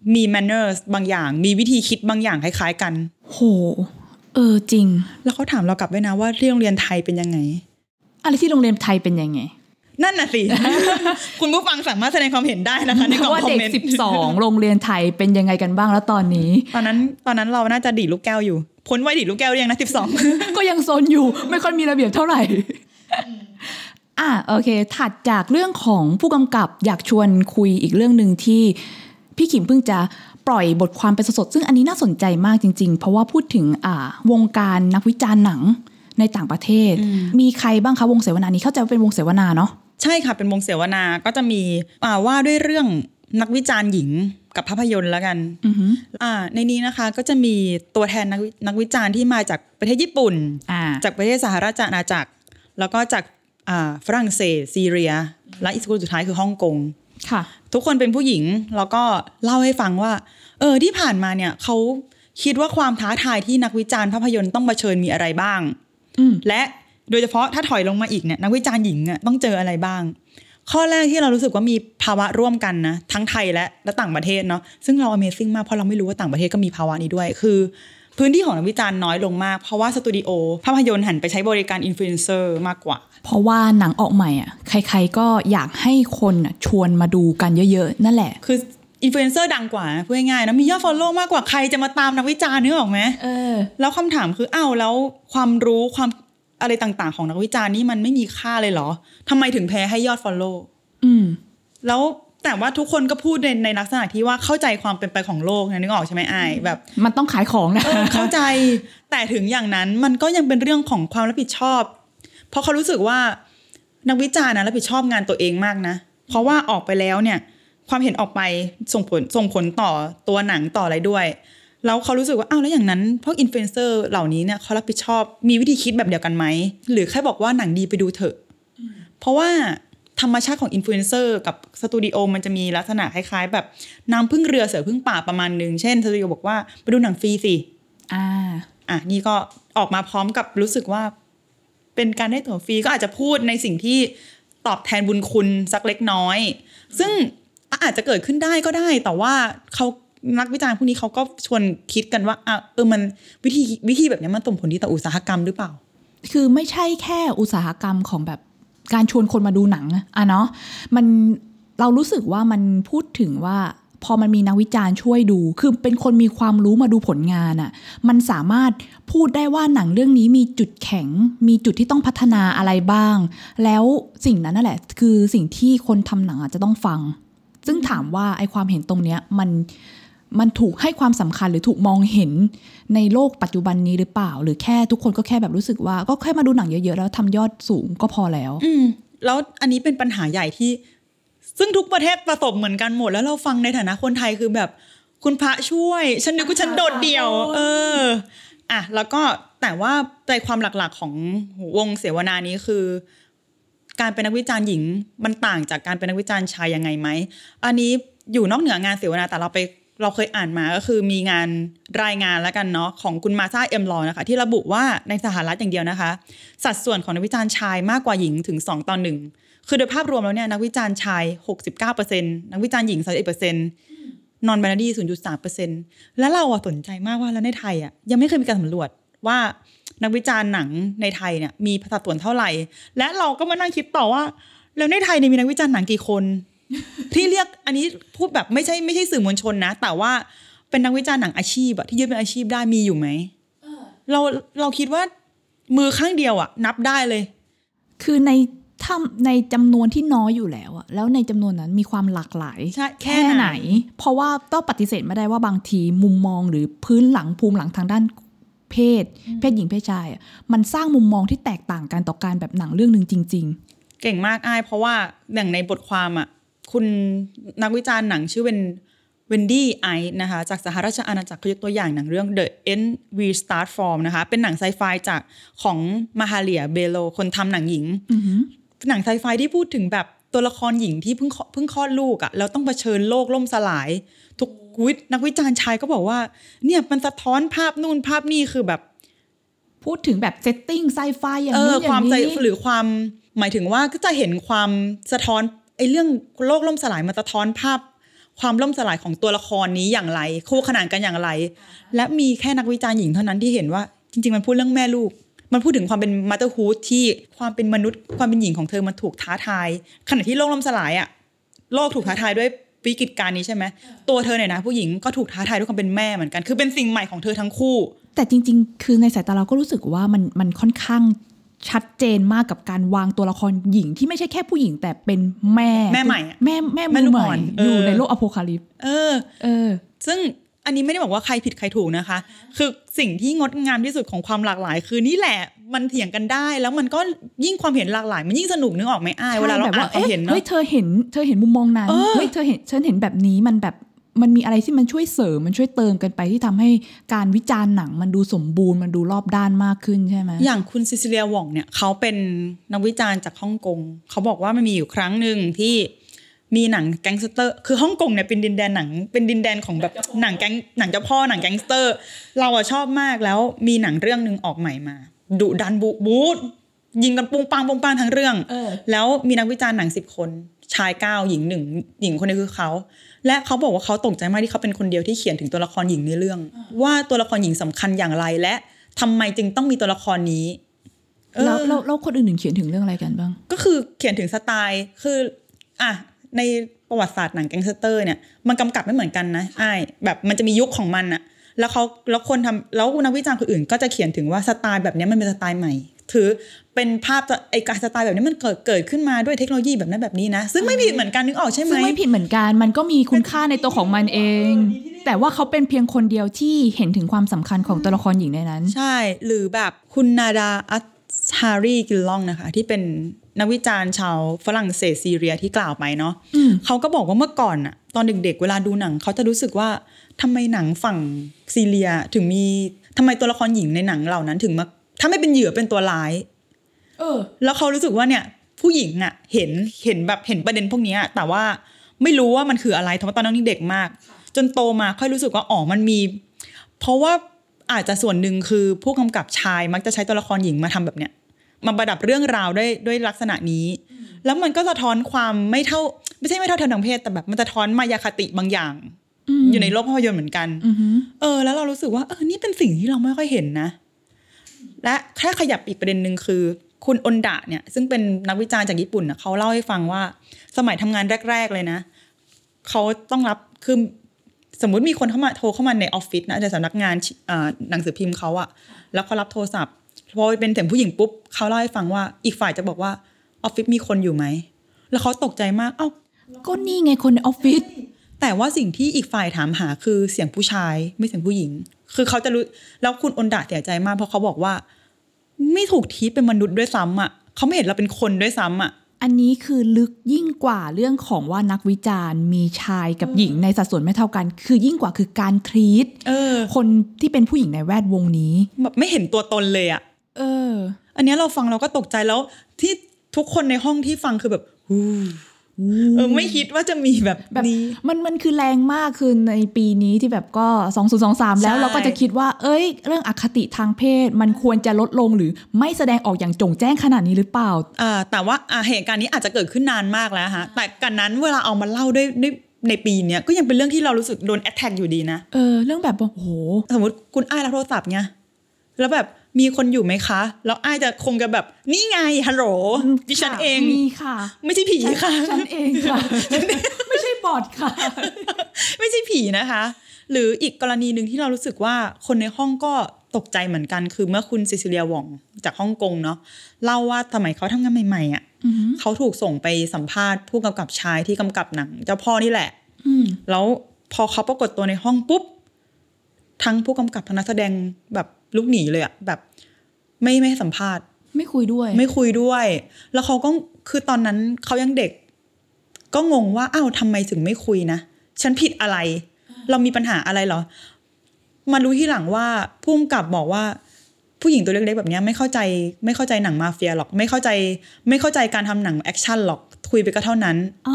มี manners บางอย่างมีวิธีคิดบางอย่างคล้ายๆกันโหจริงแล้วเขาถามเรากลับด้วยนะว่าที่โรงเรียนไทยเป็นยังไงอะไรที่โรงเรียนไทยเป็นยังไงนั่นน่ะสิ คุณผู้ฟังสามารถแสดงความเห็นได้นะคะในกล่องคอมเมนต์ว่าเด็ก12โรงเรียนไทยเป็นยังไงกันบ้างแล้วตอนนี้ตอนนั้นเราน่าจะดีดลูกแก้วอยู่พ้นวัยดีดลูกแก้วหรือยังนะ12 ก็ยังโซนอยู่ไม่ค่อยมีระเบียบเท่าไหร่โอเคถัดจากเรื่องของผู้กำกับอยากชวนคุยอีกเรื่องนึงที่พี่ขิมเพิ่งจะปล่อยบทความเป็นสดๆซึ่งอันนี้น่าสนใจมากจริงๆเพราะว่าพูดถึงวงการนักวิจารณ์หนังในต่างประเทศมีใครบ้างคะวงเสวนานี้เข้าใจว่าเป็นวงเสวนาเนาะใช่ค่ะเป็นวงเสวนาก็จะมีว่าด้วยเรื่องนักวิจารณ์หญิงกับภาพยนตร์แล้วกันในนี้นะคะก็จะมีตัวแทนนักวิจารณ์ที่มาจากประเทศญี่ปุ่นจากประเทศสหราชอาณาจักรแล้วก็จากฝรั่งเศสซีเรียและอีกคนสุดท้ายคือฮ่องกงค่ะทุกคนเป็นผู้หญิงแล้วก็เล่าให้ฟังว่าที่ผ่านมาเนี่ยเขาคิดว่าความท้าทายที่นักวิจารณ์ภาพยนตร์ต้องเผชิญมีอะไรบ้างและโดยเฉพาะถ้าถอยลงมาอีกเนี่ยนักวิจารณ์หญิงต้องเจออะไรบ้างข้อแรกที่เรารู้สึกว่ามีภาวะร่วมกันนะทั้งไทยและต่างประเทศเนาะซึ่งเรา Amazing มากเพราะเราไม่รู้ว่าต่างประเทศก็มีภาวะนี้ด้วยคือพื้นที่ของนักวิจารณ์น้อยลงมากเพราะว่าสตูดิโอภาพยนตร์หันไปใช้บริการอินฟลูเอนเซอร์มากกว่าเพราะว่าหนังออกใหม่ใครๆก็อยากให้คนชวนมาดูกันเยอะๆนั่นแหละคืออินฟลูเอนเซอร์ดังกว่าพูดง่ายๆนะมียอด follow มากกว่าใครจะมาตามนักวิจารณ์นึกออกไหมแล้วคำถามคือแล้วความรู้ความอะไรต่างๆของนักวิจารณ์นี่มันไม่มีค่าเลยเหรอทำไมถึงแพ้ให้ยอด follow แล้วแต่ว่าทุกคนก็พูดในลักษณะที่ว่าเข้าใจความเป็นไปของโลกนะนึกออกใช่ไหมแบบมันต้องขายของนะเข้าใจแต่ถึงอย่างนั้นมันก็ยังเป็นเรื่องของความรับผิดชอบเพราะเขารู้สึกว่านักวิจารณ์รับผิดชอบงานตัวเองมากนะเพราะว่าออกไปแล้วเนี่ยความเห็นออกไปส่งผลต่อตัวหนังต่ออะไรด้วยแล้วเขารู้สึกว่าแล้วอย่างนั้นพวกอินฟลูเอนเซอร์เหล่านี้เนี่ยเขารับผิดชอบมีวิธีคิดแบบเดียวกันไหมหรือแค่บอกว่าหนังดีไปดูเถอะเพราะว่าธรรมชาติของอินฟลูเอนเซอร์กับสตูดิโอมันจะมีลักษณะคล้ายๆแบบน้ำพึ่งเรือเสือพึ่งป่าประมาณนึงเช่นสตูดิโอบอกว่าไปดูหนังฟรีสินี่ก็ออกมาพร้อมกับรู้สึกว่าเป็นการได้ตั๋วฟรีก็อาจจะพูดในสิ่งที่ตอบแทนบุญคุณสักเล็กน้อยซึ่งอาจจะเกิดขึ้นได้ก็ได้แต่ว่าเขานักวิจารณ์พวกนี้เขาก็ชวนคิดกันว่ามันวิธีแบบนี้มันส่งผลดีต่ออุตสาหกรรมหรือเปล่าคือไม่ใช่แค่อุตสาหกรรมของแบบการชวนคนมาดูหนังเนาะเรารู้สึกว่ามันพูดถึงว่าพอมันมีนักวิจารณ์ช่วยดูคือเป็นคนมีความรู้มาดูผลงานมันสามารถพูดได้ว่าหนังเรื่องนี้มีจุดแข็งมีจุดที่ต้องพัฒนาอะไรบ้างแล้วสิ่งนั้นนั่นแหละคือสิ่งที่คนทำหนังจะต้องฟังซึ่งถามว่าไอ้ความเห็นตรงเนี้ยมันถูกให้ความสำคัญหรือถูกมองเห็นในโลกปัจจุบันนี้หรือเปล่าหรือแค่ทุกคนก็แค่แบบรู้สึกว่าก็แค่มาดูหนังเยอะๆแล้วทำยอดสูงก็พอแล้วแล้วอันนี้เป็นปัญหาใหญ่ที่ซึ่งทุกประเทศประสบเหมือนกันหมดแล้วเราฟังในฐานะคนไทยคือแบบคุณพระช่วยฉันนึกว่าฉันโดดเดี่ยวแล้วก็แต่ว่าใจความหลักๆของวงเสวนานี้คือการเป็นนักวิจารณ์หญิงมันต่างจากการเป็นนักวิจารณ์ชายยังไงไหมอันนี้อยู่นอกเหนืองานเสวนาแต่เราเคยอ่านมาก็คือมีงานรายงานแล้วกันเนาะของคุณมาซาเอ็มลอนะคะที่ระบุว่าในสหรัฐอย่างเดียวนะคะสัดส่วนของนักวิจารณ์ชายมากกว่าหญิงถึง2:1คือโดยภาพรวมแล้วเนี่ยนักวิจารณ์ชาย 69% นักวิจารณ์หญิง 31% non binary 0.3% แล้วเราสนใจมากว่าแล้วในไทยยังไม่เคยมีการสำรวจว่านักวิจารณ์หนังในไทยเนี่ยมีสัดส่วนเท่าไหร่และเราก็มานั่งคิดต่อว่าแล้วในไทยมีนักวิจารณ์หนังกี่คนที่เรียกอันนี้พูดแบบไม่ใช่สื่อมวลชนนะแต่ว่าเป็นนักวิจารณ์หนังอาชีพที่ยึดเป็นอาชีพได้มีอยู่ไหมเราคิดว่ามือข้างเดียวนับได้เลยคือในจำนวนที่น้อยอยู่แล้วแล้วในจำนวนนั้นมีความหลากหลายแค่ไหนเพราะว่าต้องปฏิเสธไม่ได้ว่าบางทีมุมมองหรือภูมิหลังทางด้านเพศหญิงเพศชายมันสร้างมุมมองที่แตกต่างกันต่อการแบบหนังเรื่องนึงจริงๆเก่งมากเพราะว่าอย่างในบทความคุณนักวิจารณ์หนังชื่อเวนดี้ไอท์นะคะจากสหราชอาณาจักรเขายกตัวอย่างหนังเรื่อง The End We Start From นะคะเป็นหนังไซไฟจากของมาฮาเลียเบโลคนทำหนังหญิงหนังไซไฟที่พูดถึงแบบตัวละครหญิงที่เพิ่งคลอดลูกแล้วต้องเผชิญโลกล่มสลายทุกนักวิจารณ์ชายก็บอกว่าเนี่ยมันสะท้อนภาพนู่นภาพนี่คือแบบพูดถึงแบบเซตติ้งไซไฟอย่างนี้ความใจหรือความหมายถึงว่าก็จะเห็นความสะท้อนไอ้เรื่องโลกล่มสลายมันสะท้อนภาพความล่มสลายของตัวละครนี้อย่างไรคู่ขนานกันอย่างไรและมีแค่นักวิจารณ์หญิงเท่านั้นที่เห็นว่าจริงๆมันพูดเรื่องแม่ลูกมันพูดถึงความเป็นมัตเตอร์ฮูดที่ความเป็นมนุษย์ความเป็นหญิงของเธอมันถูกท้าทายขณะที่โลกล่มสลายอ่ะโลกถูกท้าทายด้วยวิกฤตการณ์นี้ใช่ไหมตัวเธอเนี่ยนะผู้หญิงก็ถูกท้าทายด้วยความเป็นแม่เหมือนกันคือเป็นสิ่งใหม่ของเธอทั้งคู่แต่จริงๆคือในสายตาเราก็รู้สึกว่ามันค่อนข้างชัดเจนมากกับการวางตัวละครหญิงที่ไม่ใช่แค่ผู้หญิงแต่เป็นแม่ใหม่แม่มือใหม่อยู่ในโลกอโพคาลิปส์ซึ่งอันนี้ไม่ได้บอกว่าใครผิดใครถูกนะคะคือสิ่งที่งดงามที่สุดของความหลากหลายคือนี่แหละมันเถียงกันได้แล้วมันก็ยิ่งความเห็นหลากหลายมันยิ่งสนุกนึกออกไหมอ้ายเวลาเราอ่านความเห็นเนาะเฮ้ยเธอเห็นมุมมองนั้นเฮ้ยฉันเห็นแบบนี้มันแบบมันมีอะไรที่มันช่วยเสริมมันช่วยเติมกันไปที่ทำให้การวิจารณ์หนังมันดูสมบูรณ์มันดูรอบด้านมากขึ้นใช่ไหมอย่างคุณซิซิเลียหว่องเนี่ยเขาเป็นนักวิจารณ์จากฮ่องกงเขาบอกว่ามันมีอยู่ครั้งนึงที่มีหนังแก๊งสเตอร์คือฮ่องกงเนี่ยเป็นดินแดนหนังเป็นดินแดนของแบบหนังเจ้าพ่อหนังแก๊งสเตอร์เราอะชอบมากแล้วมีหนังเรื่องนึงออกใหม่มาดุดันบู๊ยิงกันปุ้งปังทั้งเรื่องแล้วมีนักวิจารณ์หนัง10คนชาย9หญิง1หญิงคนนี้คือเขาและเขาบอกว่าเขาตกใจมากที่เขาเป็นคนเดียวที่เขียนถึงตัวละครหญิงในเรื่องว่าตัวละครหญิงสำคัญอย่างไรและทำไมจึงต้องมีตัวละครนี้แล้วคนอื่นๆเขียนถึงเรื่องอะไรกันบ้างก็คือเขียนถึงสไตล์คือในประวัติศาสตร์หนังแก๊งสเตอร์เนี่ยมันกำกับไม่เหมือนกันนะแบบมันจะมียุคของมันอะแล้วคนทำแล้วนักวิจารณ์คนอื่นก็จะเขียนถึงว่าสไตล์แบบนี้มันเป็นสไตล์ใหม่ถือเป็นภาพไอ้การสไตล์แบบนี้มันเกิดขึ้นมาด้วยเทคโนโลยีแบบนั้นแบบนี้นะซึ่งไม่ผิดเหมือนกันนึกออกใช่ไหมซึ่งไม่ผิดเหมือนกันมันก็มีคุณค่าในตัวของมันเองแต่ว่าเขาเป็นเพียงคนเดียวที่เห็นถึงความสำคัญของตัวละครหญิงในนั้นใช่หรือแบบคุณนาดาอัตชารีกิลลองนะคะที่เป็นนักวิจารณ์ชาวฝรั่งเศสซีเรียที่กล่าวไปเนาะเขาก็บอกว่าเมื่อก่อนอะตอนเด็กๆเวลาดูหนังเขาจะรู้สึกว่าทำไมหนังฝั่งซีเรียถึงมีทำไมตัวละครหญิงในหนังเหล่านั้นถึงมาถ้าไม่เป็นเหยื่อเป็นตัวร้ายแล้วเขารู้สึกว่าเนี่ยผู้หญิงอะเห็นแบบเห็นประเด็นพวกนี้แต่ว่าไม่รู้ว่ามันคืออะไรเพราะตอนนั้นเด็กมากจนโตมาค่อยรู้สึกว่ามันมีเพราะว่าอาจจะส่วนหนึ่งคือผู้กำกับชายมักจะใช้ตัวละครหญิงมาทำแบบเนี้ยมาประดับเรื่องราวด้วยลักษณะนี้แล้วมันก็สะท้อนความไม่ใช่ไม่เท่าเทียมทางเพศแต่แบบมันสะท้อนมายาคติบางอย่างอยู่ในโลกภาพยนตร์เหมือนกันแล้วเรารู้สึกว่านี่เป็นสิ่งที่เราไม่ค่อยเห็นนะและแค่ขยับอีกประเด็นนึงคือคุณอนดะเนี่ยซึ่งเป็นนักวิจารณ์จากญี่ปุ่นเขาเล่าให้ฟังว่าสมัยทำงานแรกๆเลยนะเขาต้องรับคือสมมุติมีคนโทรเข้ามาในออฟฟิศนะในสำนักงานหนังสือพิมพ์เขาอะแล้วเขารับโทรศัพท์พอเป็นเสียงผู้หญิงปุ๊บเขาเล่าให้ฟังว่าอีกฝ่ายจะบอกว่าออฟฟิศมีคนอยู่ไหมแล้วเขาตกใจมากก็นี่ไงคนในออฟฟิศแต่ว่าสิ่งที่อีกฝ่ายถามหาคือเสียงผู้ชายไม่เสียงผู้หญิงคือเขาจะรู้แล้วคุณอนดะเสียใจมากเพราะเขาบอกว่าไม่ถูกทีเป็นมนุษย์ด้วยซ้ำอ่ะเขาไม่เห็นเราเป็นคนด้วยซ้ำอ่ะอันนี้คือลึกยิ่งกว่าเรื่องของว่านักวิจารณ์มีชายกับหญิงในสัดส่วนไม่เท่ากันคือยิ่งกว่าคือการทรีตคนที่เป็นผู้หญิงในแวดวงนี้แบบไม่เห็นตัวตนเลยอ่ะอันนี้เราฟังเราก็ตกใจแล้วที่ทุกคนในห้องที่ฟังคือแบบไม่คิดว่าจะมีแบบนี้มันคือแรงมากคือในปีนี้ที่แบบก็2023แล้วเราก็จะคิดว่าเรื่องอคติทางเพศมันควรจะลดลงหรือไม่แสดงออกอย่างโจ่งแจ้งขนาดนี้หรือเปล่าแต่ว่าเหตุการณ์นี้อาจจะเกิดขึ้นนานมากแล้วฮะแต่กันนั้นเวลาเอามาเล่าด้วยในปีนี้ก็ยังเป็นเรื่องที่เรารู้สึกโดนแอทแทกอยู่ดีนะเรื่องแบบโอ้โหสมมติคุณอ้ายรับโทรศัพท์ไงแล้วแบบมีคนอยู่ไหมคะแล้วอ้ายจะคงจะแบบนี่ไงฮัลโหลดิฉันเองมีค่ะไม่ใช่ผีค่ะฉันเองค่ะไม่ใช่บอทค่ะไม่ใช่ผีนะคะหรืออีกกรณีนึงที่เรารู้สึกว่าคนในห้องก็ตกใจเหมือนกันคือเมื่อคุณซิซิเลียหว่องจากฮ่องกงเนาะเล่าว่าสมัยเขาทำงานใหม่ๆอ่ะเขาถูกส่งไปสัมภาษณ์ผู้กำกับชายที่กำกับหนังเจ้าพ่อนี่แหละแล้วพอเขาปรากฏตัวในห้องปุ๊บทั้งผู้กำกับทั้งนักแสดงแบบลุกหนีเลยอะแบบไม่ให้สัมภาษณ์ไม่คุยด้วยแล้วเขาก็คือตอนนั้นเขายังเด็กก็งงว่าทำไมถึงไม่คุยนะฉันผิดอะไรเรามีปัญหาอะไรเหรอมารู้ทีหลังว่าผู้กำกับบอกว่าผู้หญิงตัวเล็กๆแบบนี้ไม่เข้าใจหนังมาเฟียหรอกไม่เข้าใจการทำหนังแอคชั่นหรอกคุยไปก็เท่านั้น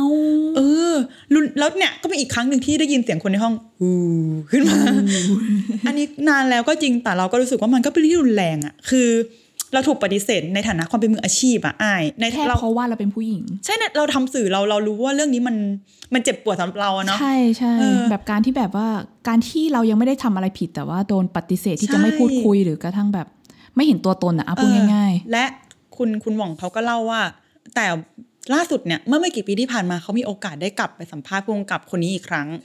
แล้วเนี่ยก็เป็นอีกครั้งหนึ่งที่ได้ยินเสียงคนในห้องขึ้นมา อันนี้นานแล้วก็จริงแต่เราก็รู้สึกว่ามันก็เป็นเรื่องรุนแรงอ่ะคือเราถูกปฏิเสธในฐานะความเป็นมืออาชีพอ่ะอ้ายในแค่เพราะว่าเราเป็นผู้หญิงใช่เนี่ยเราทำสื่อเรารู้ว่าเรื่องนี้มันเจ็บปวดสำหรับเราเนาะใช่ใช่แบบการที่แบบว่าการที่เรายังไม่ได้ทำอะไรผิดแต่ว่าโดนปฏิเสธที่จะไม่พูดคุยหรือกระทั่งแบบไม่เห็นตัวตนอะพูดง่ายๆและคุณหว่องเขาก็เล่าว่าแต่ล่าสุดเนี่ยเมื่อไม่กี่ปีที่ผ่านมาเขามีโอกาสได้กลับไปสัมภาษณ์ผู้กำกับคนนี้อีกครั้ง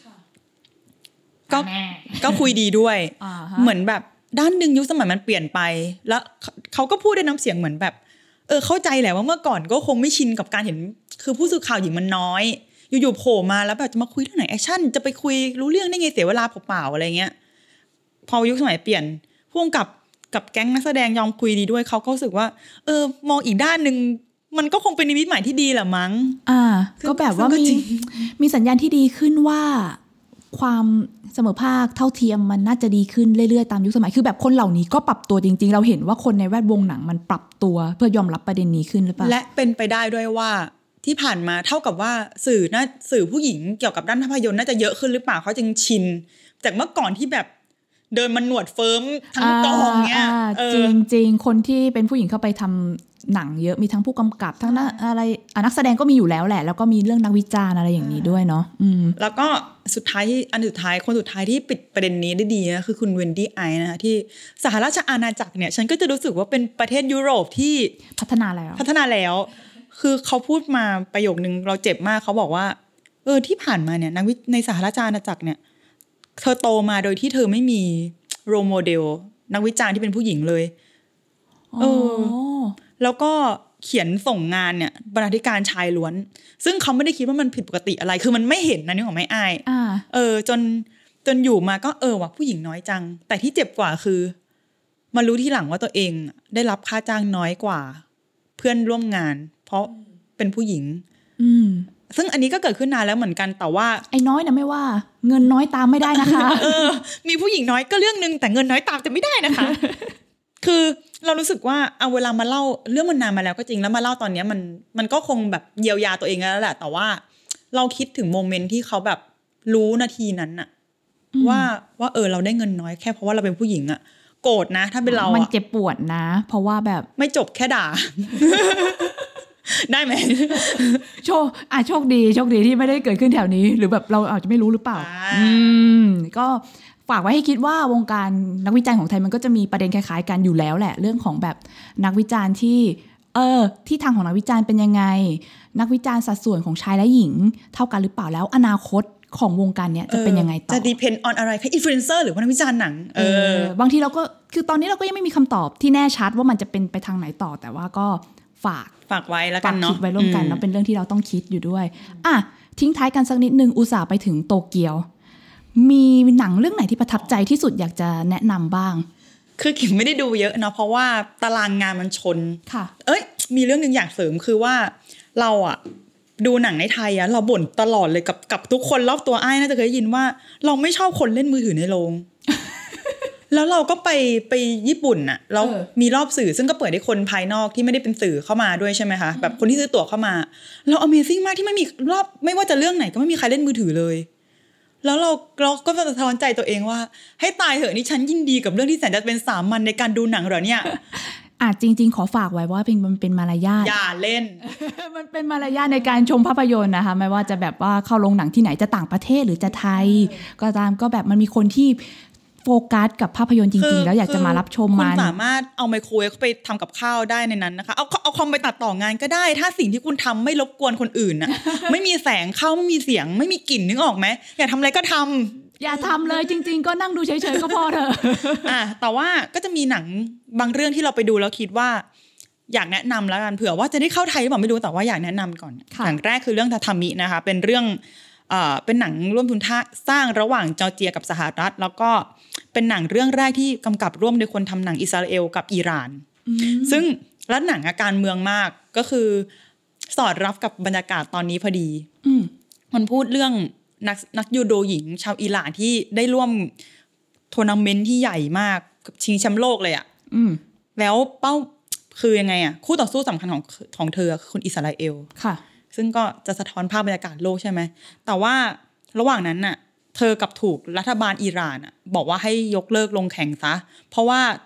ก็คุยดีด้วยเหมือนแบบด้านนึงยุคสมัยมันเปลี่ยนไปแล้วเขาก็พูดด้วยน้ำเสียงเหมือนแบบเข้าใจแหละว่าเมื่อก่อนก็คงไม่ชินกับการเห็นคือผู้สื่อข่าวหญิงมันน้อยอยู่ๆโผล่มาแล้วแบบจะมาคุยเรื่องไหนแอคชั่นจะไปคุยรู้เรื่องได้ไงเสียเวลาเปล่าๆอะไรเงี้ยพอยุคสมัยเปลี่ยนผู้กำกับแก๊งนักแสดงยอมคุยดีด้วยเขาก็รู้สึกว่ามองอีกด้านนึงมันก็คงเป็นนิมิตใหม่ที่ดีแหละมั้งก็แบบว่ามีสัญญาณที่ดีขึ้นว่าความเสมอภาคเท่าเทียมมันน่าจะดีขึ้นเรื่อยๆตามยุคสมัยคือแบบคนเหล่านี้ก็ปรับตัวจริงๆเราเห็นว่าคนในแวดวงหนังมันปรับตัวเพื่อยอมรับประเด็นนี้ขึ้นหรือเปล่าและเป็นไปได้ด้วยว่าที่ผ่านมาเท่ากับว่าสื่อผู้หญิงเกี่ยวกับด้านภาพยนตร์น่าจะเยอะขึ้นหรือเปล่าเขาจึงชินจากเมื่อก่อนที่แบบเดินมันหนวดเฟิร์มทั้งกองเนี้ยจริงๆคนที่เป็นผู้หญิงเข้าไปทำหนังเยอะมีทั้งผู้กำกับทั้งอะไรนักแสดงก็มีอยู่แล้วแหละแล้วก็มีเรื่องนักวิจารณ์อะไรอย่างนี้ด้วยเนาะแล้วก็คนสุดท้ายที่ปิดประเด็นนี้ได้ดีนะคือคุณเวนดี้ไอซ์นะคะที่สหราชอาณาจักรเนี่ยฉันก็จะรู้สึกว่าเป็นประเทศยุโรปที่พัฒนาแล้วคือเขาพูดมาประโยคนึงเราเจ็บมากเขาบอกว่าที่ผ่านมาเนี่ยในสหราชอาณาจักรเนี่ยเธอโตมาโดยที่เธอไม่มีโรลโมเดลนักวิจารณ์ที่เป็นผู้หญิงเลยแล้วก็เขียนส่งงานเนี่ยบรรณาธิการชายล้วนซึ่งเขาไม่ได้คิดว่ามันผิดปกติอะไรคือมันไม่เห็นนะนี่ของไม่อายจนอยู่มาก็ว่ะผู้หญิงน้อยจังแต่ที่เจ็บกว่าคือมารู้ทีหลังว่าตัวเองได้รับค่าจ้างน้อยกว่าเพื่อนร่วมงานเพราะเป็นผู้หญิงซึ่งอันนี้ก็เกิดขึ้นนานแล้วเหมือนกันแต่ว่าไอ้น้อยนะไม่ว่าเงินน้อยตามไม่ได้นะคะมีผู้หญิงน้อยก็เรื่องนึงแต่เงินน้อยตามจะไม่ได้นะคะ คือเรารู้สึกว่าเอาเวลามาเล่าเรื่องมันนานมาแล้วก็จริงแล้วมาเล่าตอนนี้มันก็คงแบบเยียวยาตัวเองแล้วแหละแต่ว่าเราคิดถึงโมเมนต์ที่เขาแบบรู้นาทีนั้นน่ะว่าเราได้เงินน้อยแค่เพราะว่าเราเป็นผู้หญิงอ่ะโกรธนะถ้าเป็นเรามันเจ็บปวดนะเพราะว่าแบบไม่จบแค่ด่า ได้ไหมโชคดีที่ไม่ได้เกิดขึ้นแถวนี้หรือแบบเราอาจจะไม่รู้หรือเปล่าก็ฝากไว้ให้คิดว่าวงการนักวิจารณ์ของไทยมันก็จะมีประเด็นคล้ายๆกันอยู่แล้วแหละเรื่องของแบบนักวิจารณ์ที่ทางของนักวิจารณ์เป็นยังไงนักวิจารณ์สัดส่วนของชายและหญิงเท่ากันหรือเปล่าแล้วอนาคตของวงการเนี้ยจะเป็นยังไงต่อจะ depend on อะไรแค่ influencer หรือว่านักวิจารณ์หนังบางทีเราก็คือตอนนี้เราก็ยังไม่มีคำตอบที่แน่ชัดว่ามันจะเป็นไปทางไหนต่อแต่ว่าก็ฝากไว้แล้วกันเนาะคิดไว้ร่วมกันแล้วเป็นเรื่องที่เราต้องคิดอยู่ด้วยทิ้งท้ายกันสักนิดนึงอุตส่าห์ไปถึงโตเกียวมีหนังเรื่องไหนที่ประทับใจที่สุดอยากจะแนะนำบ้างคือกิ่งไม่ได้ดูเยอะเนาะเพราะว่าตารางงานมันชนค่ะมีเรื่องนึงอยากเสริมคือว่าเราดูหนังในไทยเราบ่นตลอดเลยกับทุกคนรอบตัวอ้ายน่าจะเคยได้ยินว่าเราไม่ชอบคนเล่นมือถือในโรง แล้วเราก็ไปญี่ปุ่นแล้วมีรอบสื่อซึ่งก็เปิดให้คนภายนอกที่ไม่ได้เป็นสื่อเข้ามาด้วยใช่ไหมคะแบบคนที่ซื้อตั๋วเข้ามาเรา Amazing มากที่ไม่มีรอบไม่ว่าจะเรื่องไหนก็ไม่มีใครเล่นมือถือเลยแล้วเราก็สะท้อนใจตัวเองว่าให้ตายเถอะนี่ฉันยินดีกับเรื่องที่แสนจะเป็นสามัญในการดูหนังเหรอเนี่ยจริงๆขอฝากไว้ว่ามันเป็นมารยาทอย่าเล่นมันเป็นมารยาทในการชมภาพยนตร์นะคะไม่ว่าจะแบบว่าเข้าโรงหนังที่ไหนจะต่างประเทศหรือจะไทยก็ตามก็แบบมันมีคนที่โฟกัสกับภาพยนตร์จริงๆแล้วอยากจะมารับชมมันคุณสามารถเอาไมโครเวฟไปทำกับข้าวได้ในนั้นนะคะเอาคอมไปตัดต่องานก็ได้ถ้าสิ่งที่คุณทำไม่รบกวนคนอื่นน่ะ ไม่มีแสงเข้าไม่มีเสียงไม่มีกลิ่นนึกออกไหมอยากทำอะไรก็ทำอย่าทำเลยจริงๆก็นั่งดูเฉยๆก็พอเถอะแต่ว่าก็จะมีหนังบางเรื่องที่เราไปดูแล้วคิดว่าอยากแนะนำแล้วกันเผื่อว่าจะได้เข้าไทยหรือเปล่าไม่รู้แต่ว่าอยากแนะนำก่อนอย่างแรกคือเรื่องทาทามินะคะเป็นเรื่องเป็นหนังร่วมทุนสร้างระหว่างจอร์เจียกับสหรัฐแล้วก็เป็นหนังเรื่องแรกที่กำกับร่วมโดยคนทำหนังอิสราเอลกับอิหร่านซึ่งรัฐหนังการเมืองมากก็คือสอดรับกับบรรยากาศตอนนี้พอดีมันพูดเรื่องนักยูโดหญิงชาวอิหร่านที่ได้ร่วมทัวร์นาเมนต์ที่ใหญ่มากชิงแชมป์โลกเลยแล้วคือยังไงคู่ต่อสู้สำคัญของเธอคือคนอิสราเอลค่ะซึ่งก็จะสะท้อนภาพบรรยากาศโลกใช่ไหมแต่ว่าระหว่างนั้นน่ะเธอกับถูกรัฐบาลอิหร่านบอกว่าให้ยกเลิกลงแข่งซะเพราะว่า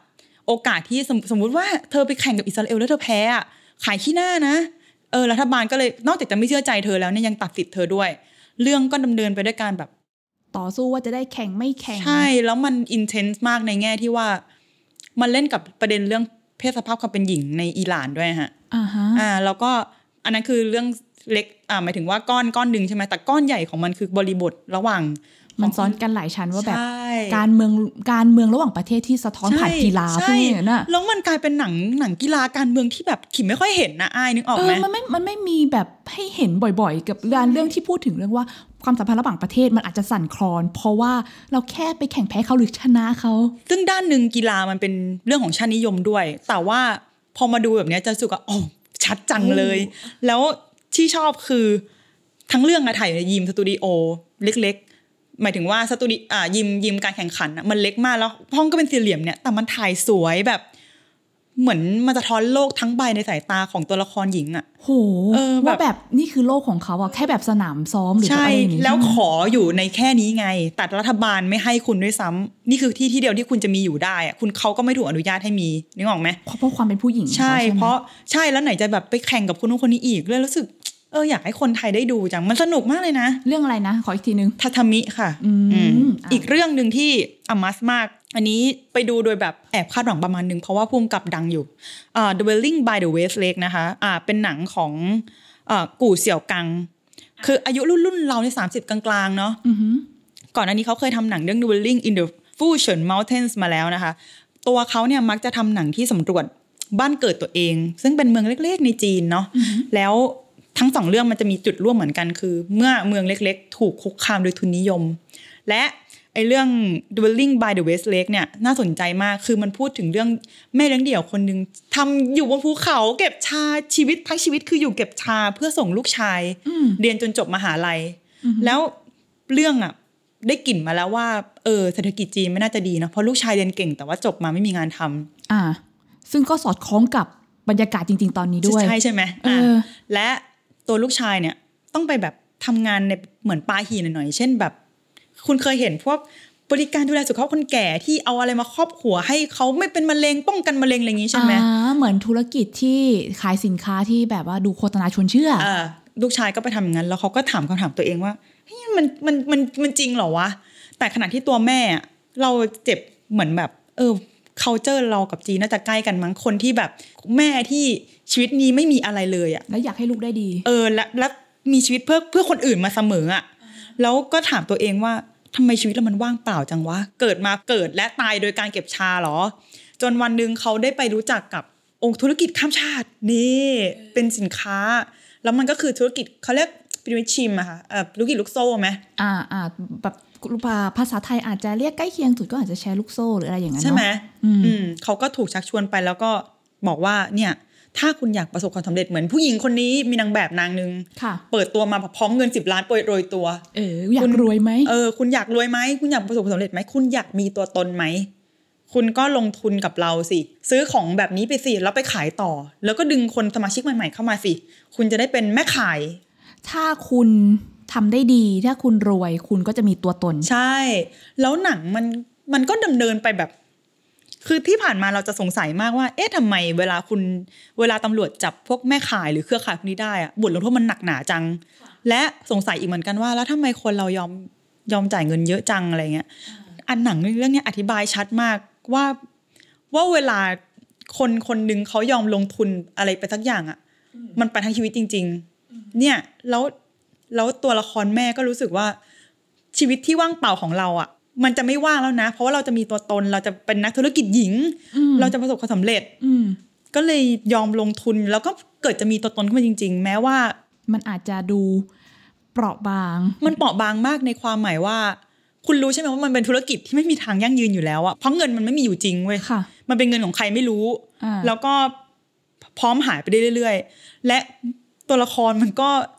โอกาสที่สมมุติว่าเธอไปแข่งกับอิสราเอลแล้วเธอแพ้อ่ะขายขี้หน้านะรัฐบาลก็เลยนอกจากจะไม่เชื่อใจเธอแล้วเนี่ยยังตัดสิทธิ์เธอด้วยเรื่องก็ดำเนินไปด้วยการแบบต่อสู้ว่าจะได้แข่งไม่แข่งใช่แล้วมันอินเทนส์มากในแง่ที่ว่ามันเล่นกับประเด็นเรื่องเพศสภาพความเป็นหญิงในอิหร่านด้วยฮะแล้วก็อันนั้นคือเรื่องเล็กหมายถึงว่าก้อนนึงใช่ไหมแต่ก้อนใหญ่ของมันคือบริบทระหว่างมันซ้อนกันหลายชั้นว่าแบบการเมืองระหว่างประเทศที่สะท้อนผ่านกีฬาพวกนี้น่ะแล้วมันกลายเป็นหนังกีฬาการเมืองที่แบบขิมไม่ค่อยเห็นนะอ้ายนึกออกไหมมันไม่มีแบบให้เห็นบ่อยๆกับเรื่องที่พูดถึงเรื่องว่าความสัมพันธ์ระหว่างประเทศมันอาจจะสั่นคลอนเพราะว่าเราแค่ไปแข่งแพ้เขาหรือชนะเขาซึ่งด้านนึงกีฬามันเป็นเรื่องของชาตินิยมด้วยแต่ว่าพอมาดูแบบนี้จะรู้สึกว่าโอ้ชัดจังเลยแล้วที่ชอบคือทั้งเรื่องถ่ายในยิมสตูดิโอเล็กๆหมายถึงว่าสตูดิโอยิมการแข่งขันมันเล็กมากแล้วห้องก็เป็นสี่เหลี่ยมเนี่ยแต่มันถ่ายสวยแบบเหมือนมันจะท้อนโลกทั้งใบในสายตาของตัวละครหญิงอ่ะโหว่าแบบนี่คือโลกของเขาอ่ะแค่แบบสนามซ้อมหรืออะไรอย่างงี้แล้วขออยู่ในแค่นี้ไงแต่รัฐบาลไม่ให้คุณด้วยซ้ำนี่คือที่เดียวที่คุณจะมีอยู่ได้อ่ะเขาก็ไม่ถูกอนุญาตให้มีนึกออกไหมเพราะความเป็นผู้หญิงใช่เพราะใช่แล้วไหนจะแบบไปแข่งกับคนนู้นคนนี้อีกเลยรู้สึกอยากให้คนไทยได้ดูจังมันสนุกมากเลยนะเรื่องอะไรนะขออีกทีนึงทาทามิค่ะอีกเรื่องนึงที่อมัสมากอันนี้ไปดูโดยแบบแอบคาดหวังประมาณนึงเพราะว่าภูมิกับดังอยู่Dwelling by the West Lake นะคะเป็นหนังของกู่เสี่ยวกังคืออายุรุ่นเราใน30กลางๆเนาะก่อนอันนี้เขาเคยทำหนังเรื่อง Dwelling in the Fujian Mountains มาแล้วนะคะตัวเขาเนี่ยมักจะทำหนังที่สำรวจบ้านเกิดตัวเองซึ่งเป็นเมืองเล็กๆในจีนเนาะแล้วทั้งสองเรื่องมันจะมีจุดร่วมเหมือนกันคือเมื่อเมืองเล็กๆถูกคุกคามโดยทุนนิยมและไอ้เรื่อง Dwelling by the West Lake เนี่ยน่าสนใจมากคือมันพูดถึงเรื่องแม่เลี้ยงเดี่ยวคนนึงทำอยู่บนภูเขาเก็บชาชีวิตทั้งชีวิตคืออยู่เก็บชาเพื่อส่งลูกชายเรียนจนจบมหาลัยแล้วเรื่องได้กลิ่นมาแล้วว่าเศรษฐกิจจีนไม่น่าจะดีนะเพราะลูกชายเรียนเก่งแต่ว่าจบมาไม่มีงานทำซึ่งก็สอดคล้องกับบรรยากาศจริงๆตอนนี้ด้วยใช่ไหมและตัวลูกชายเนี่ยต้องไปแบบทำงานในเหมือนปาหีหน่อยๆเช่นแบบคุณเคยเห็นพวกบริการดูแลสุขภาพคนแก่ที่เอาอะไรมาครอบหัวให้เขาไม่เป็นมะเร็งป้องกันมะเร็งอะไรอย่างนี้ใช่ไหมเหมือนธุรกิจที่ขายสินค้าที่แบบว่าดูโฆษณาชวนเชื่อลูกชายก็ไปทำอย่างนั้นแล้วเขาก็ถามคำถามตัวเองว่าเฮ้ยมันจริงเหรอวะแต่ขณะที่ตัวแม่เราเจ็บเหมือนแบบculture เรากับจีนน่าจะใกล้กันมั้งคนที่แบบแม่ที่ชีวิตนี้ไม่มีอะไรเลยอ่ะแล้วอยากให้ลูกได้ดีและมีชีวิตเพื่อคนอื่นมาเสมออ่ะแล้วก็ถามตัวเองว่าทำไมชีวิตเรามันว่างเปล่าจังวะเกิดมาเกิดและตายโดยการเก็บชาหรอจนวันนึงเขาได้ไปรู้จักกับองค์ธุรกิจข้ามชาตินี่เป็นสินค้าแล้วมันก็คือธุรกิจเขาเรียกพิมพ์ชิมอะค่ะธุรกิจลูกโซ่ไหมแบบภาษาไทยอาจจะเรียกใกล้เคียงสุดก็อาจจะแชร์ลูกโซ่หรืออะไรอย่างนั้นใช่ไหมเขาก็ถูกชักชวนไปแล้วก็บอกว่าเนี่ยถ้าคุณอยากประสบความสำเร็จเหมือนผู้หญิงคนนี้มีนางแบบนางนึงเปิดตัวมาพร้อมเงิน10 ล้านโรยตัวอยากรวยไหมคุณอยากรวยไหมคุณอยากประสบความสำเร็จไหมคุณอยากมีตัวตนไหมคุณก็ลงทุนกับเราสิซื้อของแบบนี้ไปสิแล้วไปขายต่อแล้วก็ดึงคนสมาชิกใหม่ๆเข้ามาสิคุณจะได้เป็นแม่ขายถ้าคุณทำได้ดีถ้าคุณรวยคุณก็จะมีตัวตนใช่แล้วหนังมันก็ดำเนินไปแบบคือที่ผ่านมาเราจะสงสัยมากว่าทำไมเวลาตำรวจจับพวกแม่ขายหรือเครือข่ายพวกนี้ได้บทลงโทษมันหนักหนาจังและสงสัยอีกเหมือนกันว่าแล้วทำไมคนเรายอมจ่ายเงินเยอะจังอะไรเงี้ยหนังเรื่องนี้อธิบายชัดมากว่าเวลาคนนึงเขายอมลงทุนอะไรไปสักอย่างมันไปทั้งชีวิตจริงๆเนี่ยแล้วตัวละครแม่ก็รู้สึกว่าชีวิตที่ว่างเปล่าของเรามันจะไม่ว่างแล้วนะเพราะว่าเราจะมีตัวตนเราจะเป็นนักธุรกิจหญิงเราจะประสบความสำเร็จก็เลยยอมลงทุนแล้วก็เกิดจะมีตัวตนขึ้นมาจริงๆแม้ว่ามันอาจจะดูเปราะบางมันเปราะบางมากในความหมายว่าคุณรู้ใช่ไหมว่ามันเป็นธุรกิจที่ไม่มีทางยั่งยืนอยู่แล้วเพราะเงินมันไม่มีอยู่จริงเว้ยมันเป็นเงินของใครไม่รู้แล้วก็พร้อมหายไปได้เรื่อยๆและตัวละครมันก็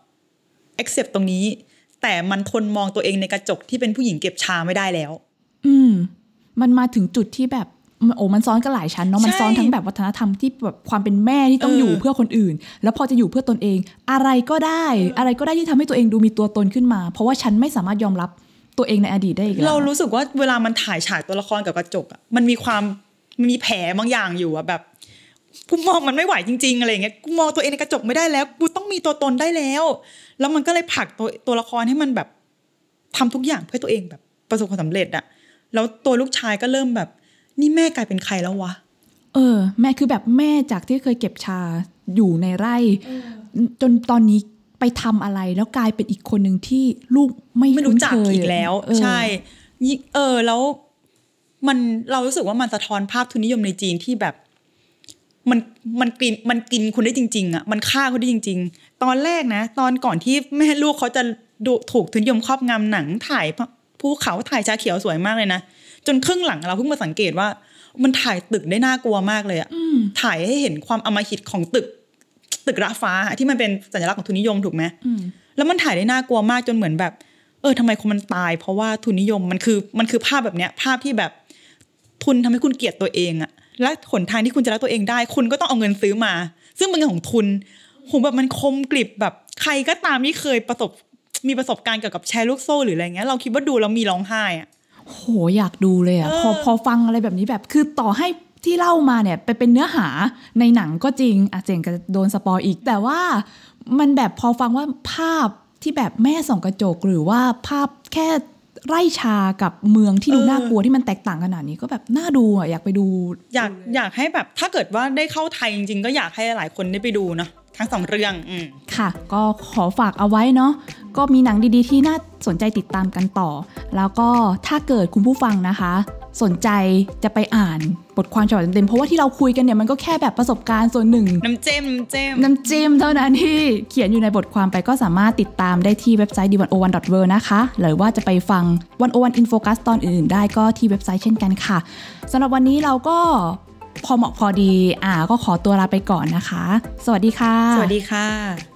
accept ตรงนี้แต่มันทนมองตัวเองในกระจกที่เป็นผู้หญิงเก็บชาไม่ได้แล้วมันมาถึงจุดที่แบบมันซ้อนกันหลายชั้นเนาะมันซ้อนทั้งแบบวัฒนธรรมที่แบบความเป็นแม่ที่ต้องอยู่เพื่อคนอื่นแล้วพอจะอยู่เพื่อตนเองอะไรก็ได้ที่ทำให้ตัวเองดูมีตัวตนขึ้นมาเพราะว่าฉันไม่สามารถยอมรับตัวเองในอดีตได้อีกแล้วเรารู้สึกว่าเวลามันถ่ายฉากตัวละครกับกระจกมันมีความมันมีแผลบางอย่างอยู่อะแบบกูมองมันไม่ไหวจริงๆอะไรอย่างเงี้ยกูมองตัวเองในกระจกไม่ได้แล้วกูต้องมีตัวตนได้แล้วมันก็เลยผลักตัวละครให้มันแบบทำทุกอย่างเพื่อตัวเองแบบประสบความสำเร็จอะแล้วตัวลูกชายก็เริ่มแบบนี่แม่กลายเป็นใครแล้ววะแม่คือแบบแม่จากที่เคยเก็บชาอยู่ในไร่จนตอนนี้ไปทำอะไรแล้วกลายเป็นอีกคนนึงที่ลูกไม่รู้จักอีกแล้วใช่แล้วเรารู้สึกว่ามันสะท้อนภาพทุนนิยมในจีนที่แบบมันกินคุณได้จริงๆอ่ะมันฆ่าคุณได้จริงๆตอนแรกนะตอนก่อนที่แม่ลูกเขาจะถูกทุนนิยมครอบงำหนังถ่ายภูเขาถ่ายชาเขียวสวยมากเลยนะจนครึ่งหลังเราเพิ่งมาสังเกตว่ามันถ่ายตึกได้น่ากลัวมากเลยอ่ะถ่ายให้เห็นความอำมหิตของตึกระฟ้าที่มันเป็นสัญลักษณ์ของทุนนิยมถูกไหมแล้วมันถ่ายได้น่ากลัวมากจนเหมือนแบบทำไมคนมันตายเพราะว่าทุนนิยมมันคือภาพแบบเนี้ยภาพที่แบบทุนทำให้คุณเกลียดตัวเองอะและหนทางที่คุณจะรักตัวเองได้คุณก็ต้องเอาเงินซื้อมาซึ่งเป็นเงินของทุนโหแบบมันคมกริบแบบใครก็ตามที่เคยมีประสบการณ์เกี่ยวกับแชร์ลูกโซ่หรืออะไรเงี้ยเราคิดว่าดูแล้วมีร้องไห้อะโหอยากดูเลยอะพอฟังอะไรแบบนี้แบบคือต่อให้ที่เล่ามาเนี่ยไปเป็นเนื้อหาในหนังก็จริงเจ๋งก็โดนสปอยอีกแต่ว่ามันแบบพอฟังว่าภาพที่แบบแม่ส่องกระจกหรือว่าภาพแค่ไร่ชากับเมืองที่ดูน่ากลัวที่มันแตกต่างขนาดนี้ก็แบบน่าดูอ่ะอยากไปดูอยากให้แบบถ้าเกิดว่าได้เข้าไทยจริงๆก็อยากให้หลายคนได้ไปดูเนาะทั้ง2เรื่องค่ะก็ขอฝากเอาไว้เนาะก็มีหนังดีๆที่น่าสนใจติดตามกันต่อแล้วก็ถ้าเกิดคุณผู้ฟังนะคะสนใจจะไปอ่านบทความฉบับเต็มๆเพราะว่าที่เราคุยกันเนี่ยมันก็แค่แบบประสบการณ์ส่วนหนึ่งน้ำเจมเท่านั้นที่เขียนอยู่ในบทความไปก็สามารถติดตามได้ที่เว็บไซต์ d101.world นะคะหรือว่าจะไปฟัง101 In Focus ตอนอื่นๆได้ก็ที่เว็บไซต์เช่นกันค่ะสำหรับวันนี้เราก็พอเหมาะพอดีก็ขอตัวลาไปก่อนนะคะสวัสดีค่ะสวัสดีค่ะ